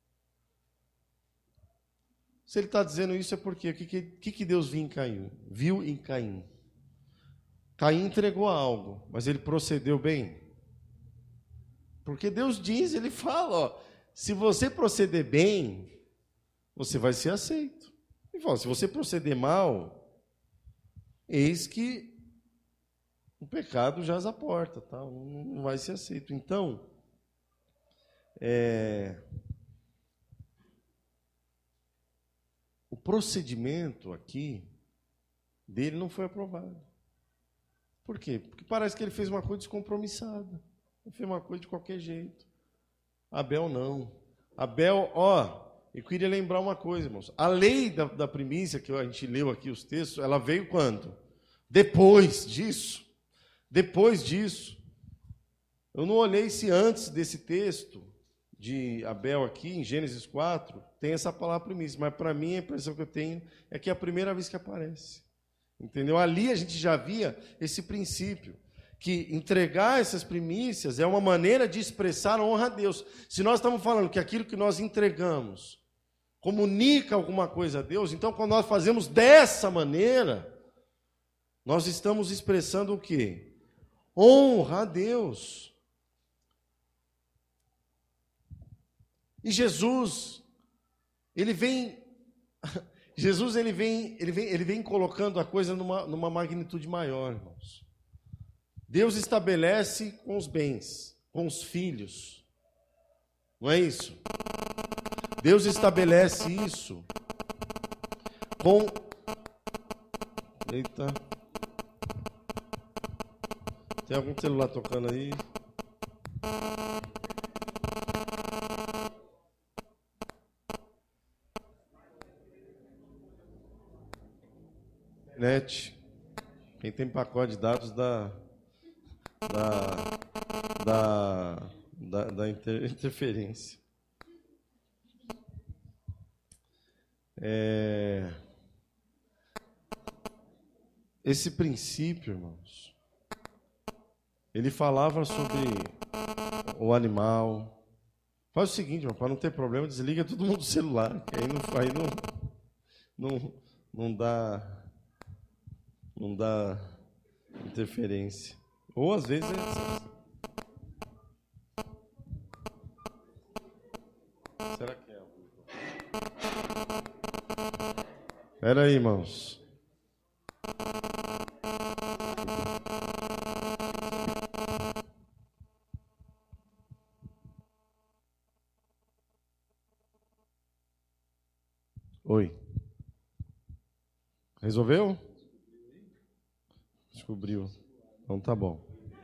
Se ele está dizendo isso é porque o que, que, que Deus viu em Caim? Viu em Caim. Caim entregou algo, mas ele procedeu bem. Porque Deus diz, ele fala, ó, se você proceder bem, você vai ser aceito. Ele fala, se você proceder mal, eis que o pecado jaz à porta, tá? Não vai ser aceito. Então, é, o procedimento aqui dele não foi aprovado. Por quê? Porque parece que ele fez uma coisa descompromissada. Ele fez uma coisa de qualquer jeito. Abel não. Abel, ó, eu queria lembrar uma coisa, irmãos. A lei da, da primícia, que a gente leu aqui os textos, ela veio quando? Depois disso. Depois disso. Eu não olhei se antes desse texto de Abel aqui, em Gênesis quatro, tem essa palavra primícia. Mas para mim a impressão que eu tenho é que é a primeira vez que aparece. Entendeu? Ali a gente já via esse princípio, que entregar essas primícias é uma maneira de expressar honra a Deus. Se nós estamos falando que aquilo que nós entregamos comunica alguma coisa a Deus, então quando nós fazemos dessa maneira, nós estamos expressando o quê? Honra a Deus. E Jesus, ele vem... Jesus ele vem, ele vem, ele vem colocando a coisa numa, numa magnitude maior, irmãos. Deus estabelece com os bens, com os filhos. Não é isso? Deus estabelece isso com... Eita. Tem algum celular tocando aí? Net. Quem tem pacote de dados da da da, da, da inter, interferência. É, esse princípio, irmãos, ele falava sobre o animal. Faz o seguinte, para não ter problema, desliga todo mundo do celular, que aí não, aí não, não, não dá não dá interferência. Ou às vezes é... Será que é? Espera aí, irmãos. Oi. Resolveu? Descobriu. Então tá bom.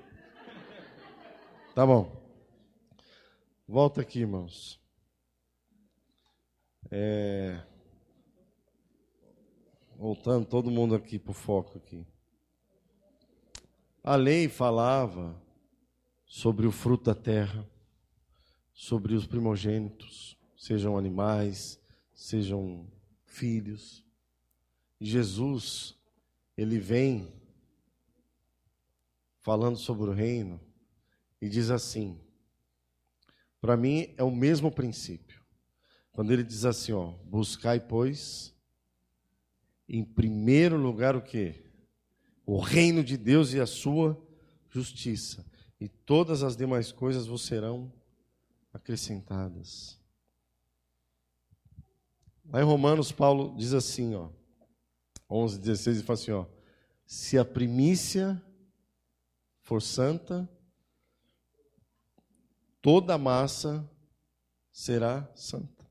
Tá bom. Volta aqui, irmãos. É... Voltando todo mundo aqui para o foco aqui. A lei falava sobre o fruto da terra, sobre os primogênitos, sejam animais, sejam filhos. E Jesus, ele vem falando sobre o reino e diz assim, para mim é o mesmo princípio. Quando ele diz assim, ó, buscai, pois, em primeiro lugar o quê? o reino de Deus e a sua justiça, e todas as demais coisas vos serão acrescentadas. Lá em Romanos, Paulo diz assim, ó, onze, dezesseis, ele fala assim, ó, se a primícia for santa, toda a massa será santa.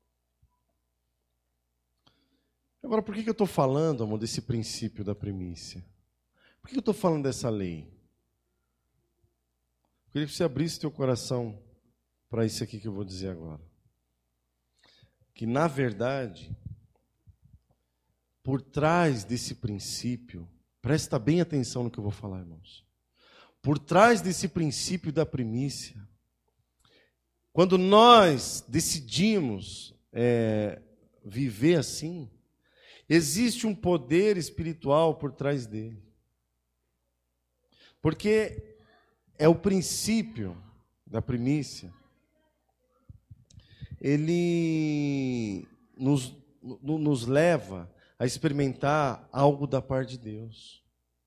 Agora, por que eu estou falando, amor, desse princípio da primícia? Por que eu estou falando dessa lei? Eu queria que você abrisse teu coração para isso aqui que eu vou dizer agora. Que, na verdade, por trás desse princípio, presta bem atenção no que eu vou falar, irmãos. Por trás desse princípio da primícia, quando nós decidimos é, viver assim, existe um poder espiritual por trás dele. Porque é o princípio da primícia, ele nos, nos leva a experimentar algo da parte de Deus.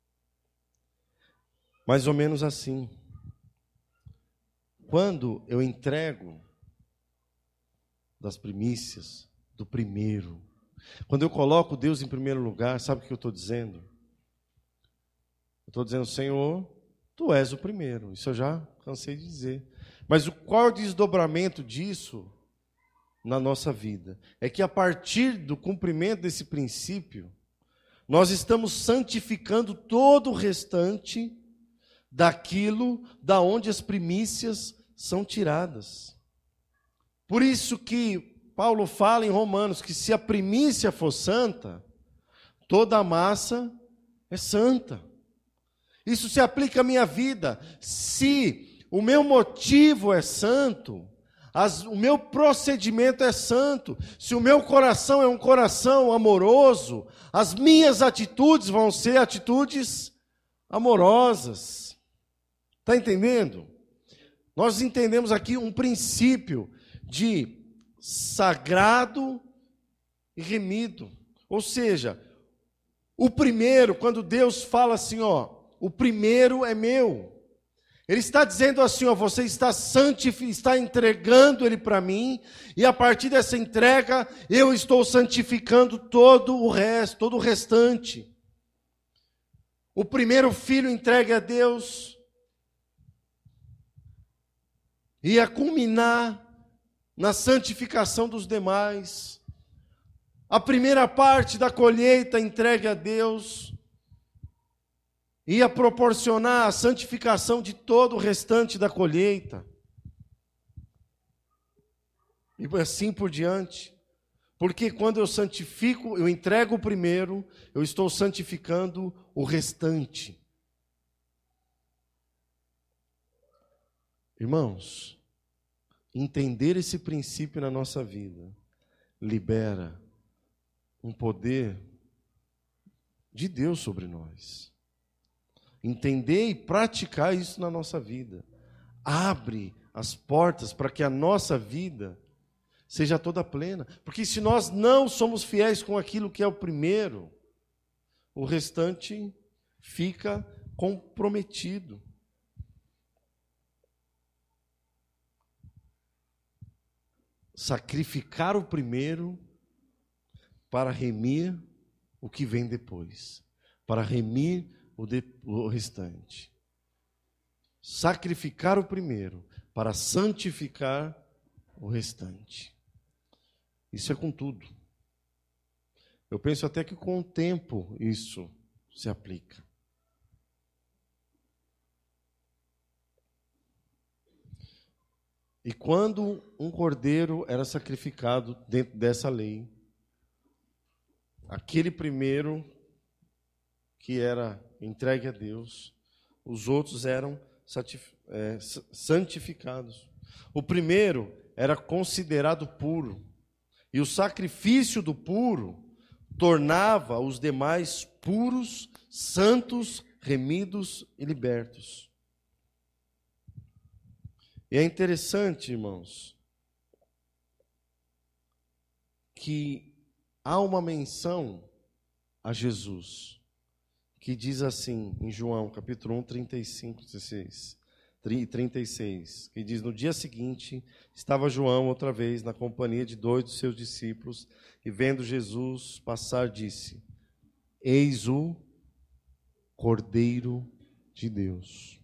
Mais ou menos assim. Quando eu entrego das primícias, do primeiro, quando eu coloco Deus em primeiro lugar, sabe o que eu estou dizendo? Eu estou dizendo, Senhor, Tu és o primeiro. Isso eu já cansei de dizer. Mas qual é o desdobramento disso na nossa vida? É que a partir do cumprimento desse princípio, nós estamos santificando todo o restante daquilo da onde as primícias são tiradas. Por isso que Paulo fala em Romanos que se a primícia for santa, toda a massa é santa. Isso se aplica à minha vida. Se o meu motivo é santo, as, o meu procedimento é santo, se o meu coração é um coração amoroso, as minhas atitudes vão ser atitudes amorosas. Está entendendo? Nós entendemos aqui um princípio de sagrado e remido. Ou seja, o primeiro, quando Deus fala assim, ó, o primeiro é meu. Ele está dizendo assim, ó, você está santificando, está entregando ele para mim, e a partir dessa entrega, eu estou santificando todo o resto, todo o restante. O primeiro filho entregue a Deus ia culminar na santificação dos demais. A primeira parte da colheita entregue a Deus ia proporcionar a santificação de todo o restante da colheita. E assim por diante. Porque quando eu santifico, eu entrego o primeiro, eu estou santificando o restante. Irmãos, entender esse princípio na nossa vida libera um poder de Deus sobre nós. Entender e praticar isso na nossa vida abre as portas para que a nossa vida seja toda plena. Porque se nós não somos fiéis com aquilo que é o primeiro, o restante fica comprometido. Sacrificar o primeiro para remir o que vem depois, para remir o, de, o restante. Sacrificar o primeiro para santificar o restante. Isso é com tudo. Eu penso até que com o tempo isso se aplica. E quando um cordeiro era sacrificado dentro dessa lei, aquele primeiro que era entregue a Deus, os outros eram santificados. O primeiro era considerado puro, e o sacrifício do puro tornava os demais puros, santos, remidos e libertos. E é interessante, irmãos, que há uma menção a Jesus, que diz assim, em João, capítulo um, trinta e cinco, dezesseis, trinta e seis, que diz, no dia seguinte, estava João outra vez na companhia de dois dos seus discípulos, e vendo Jesus passar, disse, eis o Cordeiro de Deus.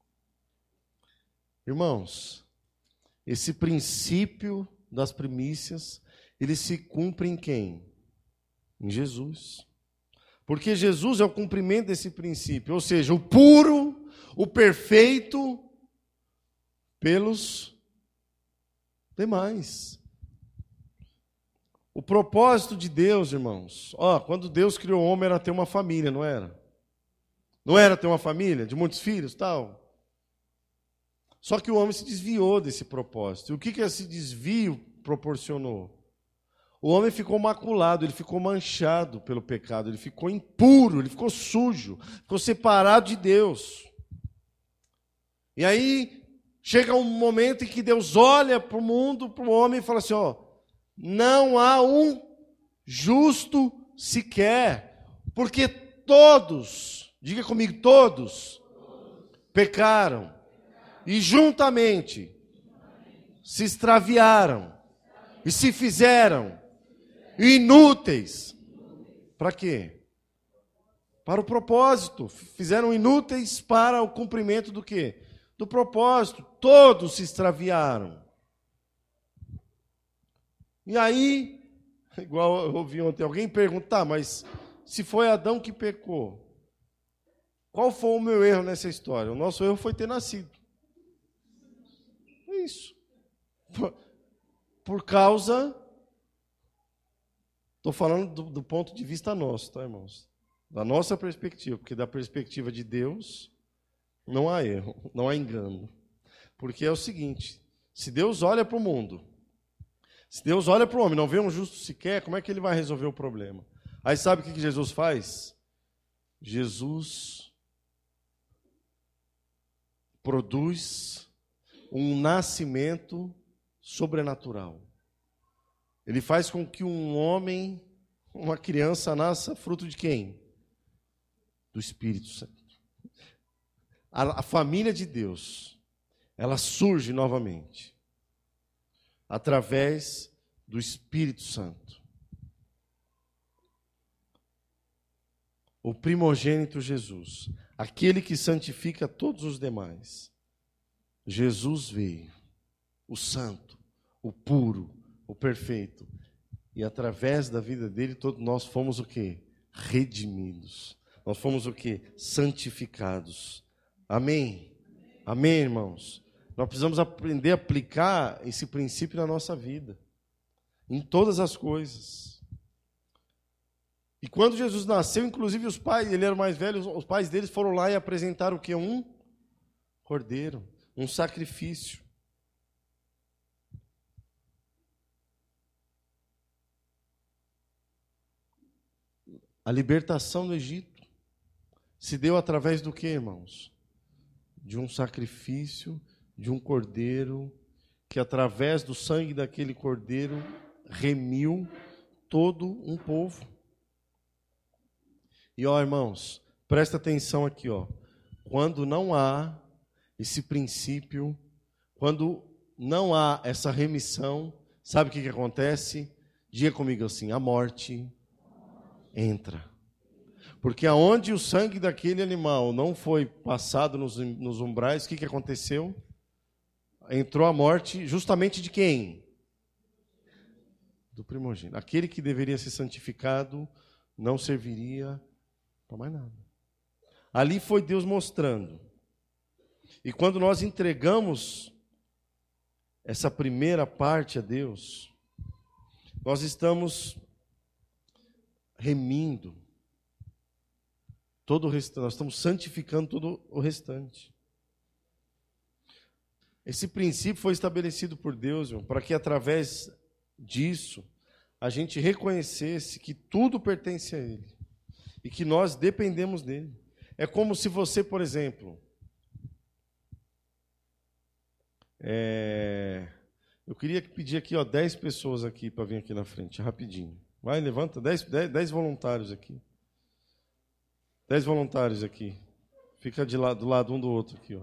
Irmãos, esse princípio das primícias, ele se cumpre em quem? Em Jesus. Porque Jesus é o cumprimento desse princípio, ou seja, o puro, o perfeito, pelos demais. O propósito de Deus, irmãos, ó, quando Deus criou o homem era ter uma família, não era? Não era ter uma família de muitos filhos, tal? Só que o homem se desviou desse propósito. E o que, que esse desvio proporcionou? O homem ficou maculado, ele ficou manchado pelo pecado, ele ficou impuro, ele ficou sujo, ficou separado de Deus. E aí chega um momento em que Deus olha para o mundo, para o homem e fala assim, ó, não há um justo sequer, porque todos, diga comigo, todos, pecaram e juntamente se extraviaram e se fizeram inúteis. Para quê? Para o propósito. Fizeram inúteis para o cumprimento do quê? Do propósito. Todos se extraviaram. E aí, igual eu ouvi ontem, alguém perguntar, mas se foi Adão que pecou, qual foi o meu erro nessa história? O nosso erro foi ter nascido. É isso. Por, por causa... Estou falando do, do ponto de vista nosso, tá, irmãos? Da nossa perspectiva, porque da perspectiva de Deus, não há erro, não há engano. Porque é o seguinte, se Deus olha para o mundo, se Deus olha para o homem, não vê um justo sequer, como é que ele vai resolver o problema? Aí sabe o que Jesus faz? Jesus produz um nascimento sobrenatural. Ele faz com que um homem, uma criança, nasça fruto de quem? Do Espírito Santo. A, a família de Deus, ela surge novamente através do Espírito Santo. O primogênito Jesus, aquele que santifica todos os demais. Jesus veio, o santo, o puro, o perfeito. E através da vida dele, todos nós fomos o quê? Redimidos. Nós fomos o quê? Santificados. Amém? Amém, irmãos? Nós precisamos aprender a aplicar esse princípio na nossa vida. Em todas as coisas. E quando Jesus nasceu, inclusive os pais, ele era mais velho, os pais deles foram lá e apresentaram o quê? Um cordeiro, um sacrifício. A libertação do Egito se deu através do quê, irmãos? De um sacrifício, de um cordeiro, que através do sangue daquele cordeiro remiu todo um povo. E ó, irmãos, presta atenção aqui, ó. Quando não há esse princípio, quando não há essa remissão, sabe o que que acontece? Diga comigo assim, a morte entra. Porque aonde o sangue daquele animal não foi passado nos, nos umbrais, o que, que aconteceu? Entrou a morte justamente de quem? Do primogênito. Aquele que deveria ser santificado não serviria para mais nada. Ali foi Deus mostrando. E quando nós entregamos essa primeira parte a Deus, nós estamos remindo todo o restante, nós estamos santificando todo o restante. Esse princípio foi estabelecido por Deus, irmão, para que através disso a gente reconhecesse que tudo pertence a Ele e que nós dependemos dele. É como se você, por exemplo, é, eu queria pedir aqui, ó, dez pessoas aqui para vir aqui na frente, rapidinho. Vai, levanta, dez, dez, dez voluntários aqui. Dez voluntários aqui. Fica de lado, do lado um do outro aqui, ó.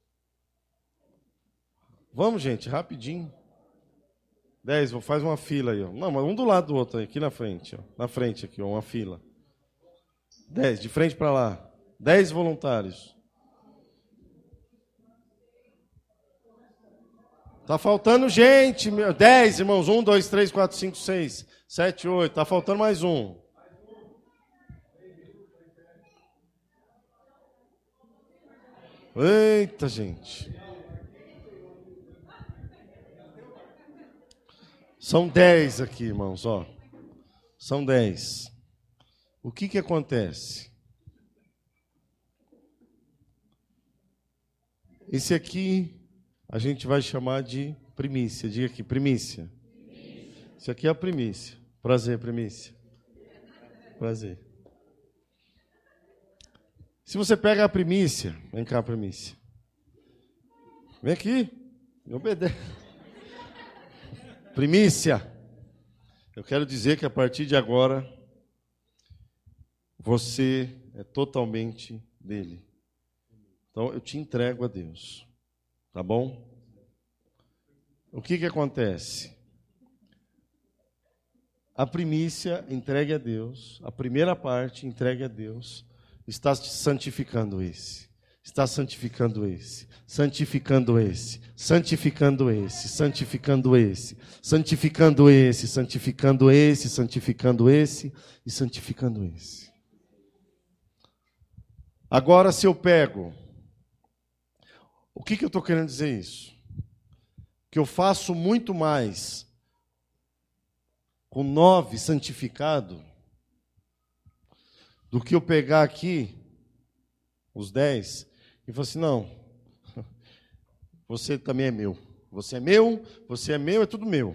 Vamos, gente, rapidinho. Dez, faz uma fila aí, ó. Não, mas um do lado do outro aí, aqui na frente, ó. Na frente aqui, ó, uma fila. Dez, de frente para lá. Dez voluntários. Tá faltando gente, meu. Dez, irmãos. Um, dois, três, quatro, cinco, seis, sete, oito. Tá faltando mais um. Eita, gente. São dez aqui, irmãos, ó. São dez. O que que acontece? Esse aqui a gente vai chamar de primícia. Diga aqui, primícia. Primícia. Isso aqui é a primícia. Prazer, primícia. Prazer. Se você pega a primícia, vem cá, primícia. Vem aqui, me obedece. Primícia. Eu quero dizer que a partir de agora, você é totalmente dele. Então, eu te entrego a Deus. Tá bom? O que que acontece? A primícia entregue a Deus, a primeira parte entregue a Deus, está santificando esse, está santificando esse, santificando esse, santificando esse, santificando esse, santificando esse, santificando esse, santificando esse e santificando esse. Agora, se eu pego, o que que eu estou querendo dizer isso? Que eu faço muito mais com nove santificado do que eu pegar aqui os dez e falar assim, não, você também é meu. Você é meu, você é meu, é tudo meu.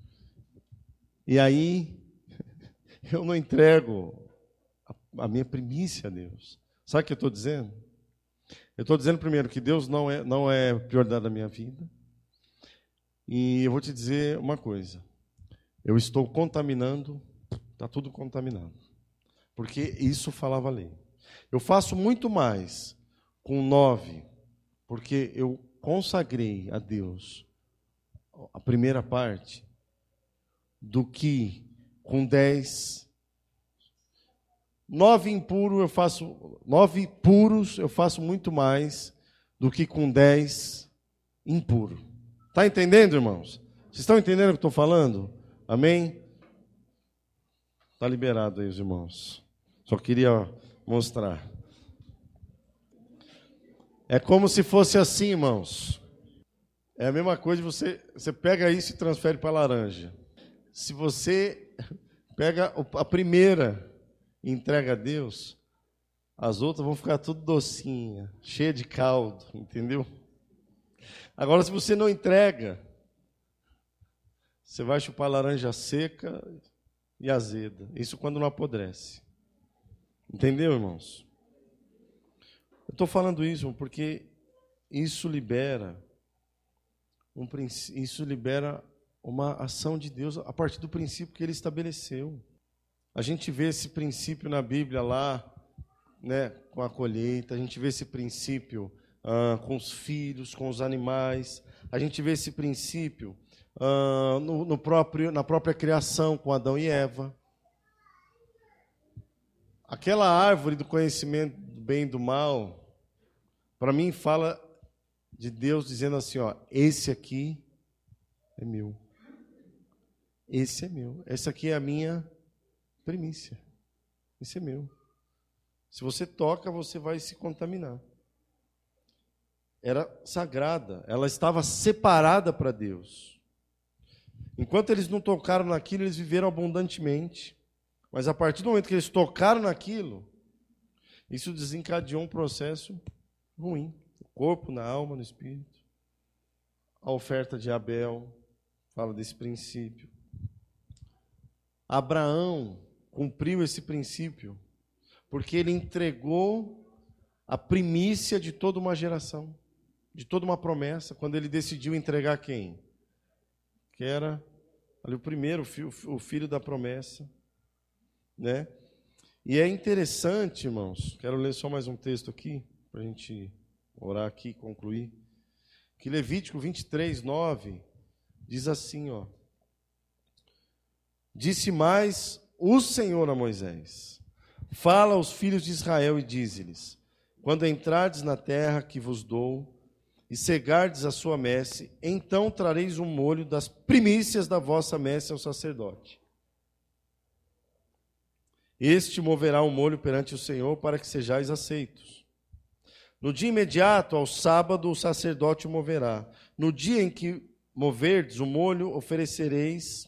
E aí, eu não entrego a, a minha primícia a Deus. Sabe o que eu estou dizendo? Eu estou dizendo primeiro que Deus não é, não é prioridade da minha vida. E eu vou te dizer uma coisa. Eu estou contaminando, está tudo contaminado. Porque isso falava a lei. Eu faço muito mais com nove, porque eu consagrei a Deus a primeira parte, do que com dez. Nove impuros eu faço, nove puros eu faço muito mais do que com dez impuro. Está entendendo, irmãos? Vocês estão entendendo o que eu estou falando? Amém? Está liberado aí, os irmãos. Só queria mostrar. É como se fosse assim, irmãos. É a mesma coisa, você, você pega isso e transfere para a laranja. Se você pega a primeira e entrega a Deus, as outras vão ficar tudo docinha, cheia de caldo, entendeu? Agora, se você não entrega, você vai chupar laranja seca e azeda. Isso quando não apodrece. Entendeu, irmãos? Eu estou falando isso porque isso libera, um, isso libera uma ação de Deus a partir do princípio que Ele estabeleceu. A gente vê esse princípio na Bíblia lá, né, com a colheita, a gente vê esse princípio ah, com os filhos, com os animais, a gente vê esse princípio ah, no, no próprio, na própria criação com Adão e Eva. Aquela árvore do conhecimento do bem e do mal, para mim fala de Deus dizendo assim, ó, esse aqui é meu. Esse é meu. Essa aqui é a minha primícia. Esse é meu. Se você toca, você vai se contaminar. Era sagrada, ela estava separada para Deus. Enquanto eles não tocaram naquilo, eles viveram abundantemente. Mas a partir do momento que eles tocaram naquilo, isso desencadeou um processo ruim. No corpo, na alma, no espírito. A oferta de Abel fala desse princípio. Abraão cumpriu esse princípio porque ele entregou a primícia de toda uma geração, de toda uma promessa, quando ele decidiu entregar quem? Que era ali o primeiro, o filho da promessa, né? E é interessante, irmãos, quero ler só mais um texto aqui, para a gente orar aqui e concluir, que Levítico vinte e três, nove, diz assim, ó. Disse mais o Senhor a Moisés, fala aos filhos de Israel e dize-lhes, quando entrardes na terra que vos dou, e cegardes a sua messe, então trareis um molho das primícias da vossa messe ao sacerdote. Este moverá o molho perante o Senhor para que sejais aceitos. No dia imediato, ao sábado, o sacerdote o moverá. No dia em que moverdes o molho, oferecereis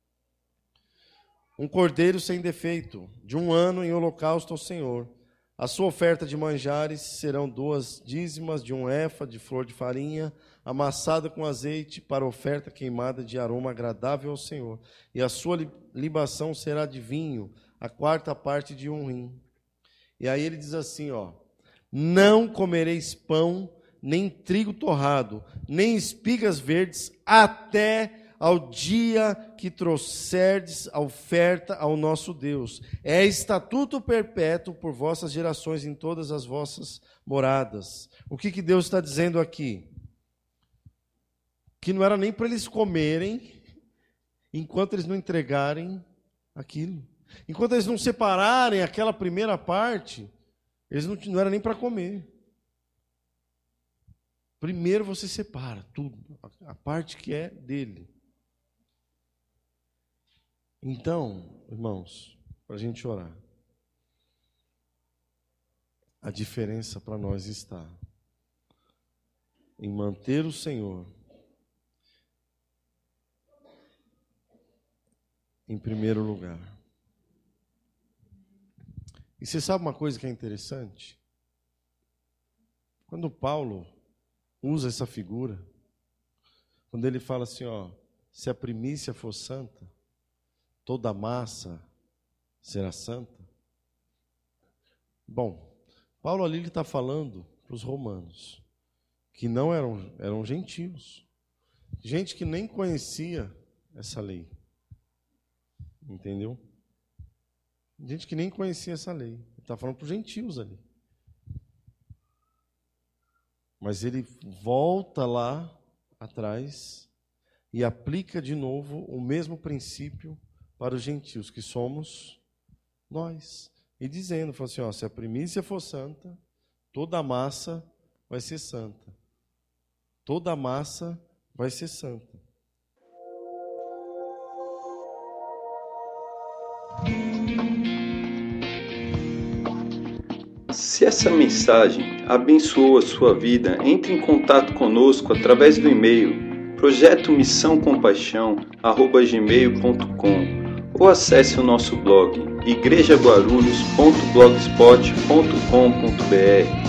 um cordeiro sem defeito, de um ano em holocausto ao Senhor. A sua oferta de manjares serão duas dízimas de um efa de flor de farinha, amassada com azeite, para oferta queimada de aroma agradável ao Senhor. E a sua libação será de vinho, a quarta parte de um rim. E aí ele diz assim, ó, não comereis pão, nem trigo torrado, nem espigas verdes, até ao dia que trouxerdes a oferta ao nosso Deus. É estatuto perpétuo por vossas gerações em todas as vossas moradas. O que, que Deus está dizendo aqui? Que não era nem para eles comerem, enquanto eles não entregarem aquilo. Enquanto eles não separarem aquela primeira parte, eles não, não era nem para comer. Primeiro você separa tudo, a parte que é dele. Então, irmãos, para a gente orar, a diferença para nós está em manter o Senhor em primeiro lugar. E você sabe uma coisa que é interessante? Quando Paulo usa essa figura, quando ele fala assim, ó, se a primícia for santa, toda a massa será santa. Bom, Paulo ali está falando para os romanos, que não eram, eram gentios, gente que nem conhecia essa lei, entendeu? Gente que nem conhecia essa lei, ele está falando para os gentios ali. Mas ele volta lá atrás e aplica de novo o mesmo princípio para os gentios, que somos nós. E dizendo, falou assim, ó, se a primícia for santa, toda a massa vai ser santa. Toda a massa vai ser santa. Se essa mensagem abençoou a sua vida, entre em contato conosco através do e-mail projeto missão compaixão arroba gmail ponto com ou acesse o nosso blog igreja guarulhos ponto blogspot ponto com ponto br.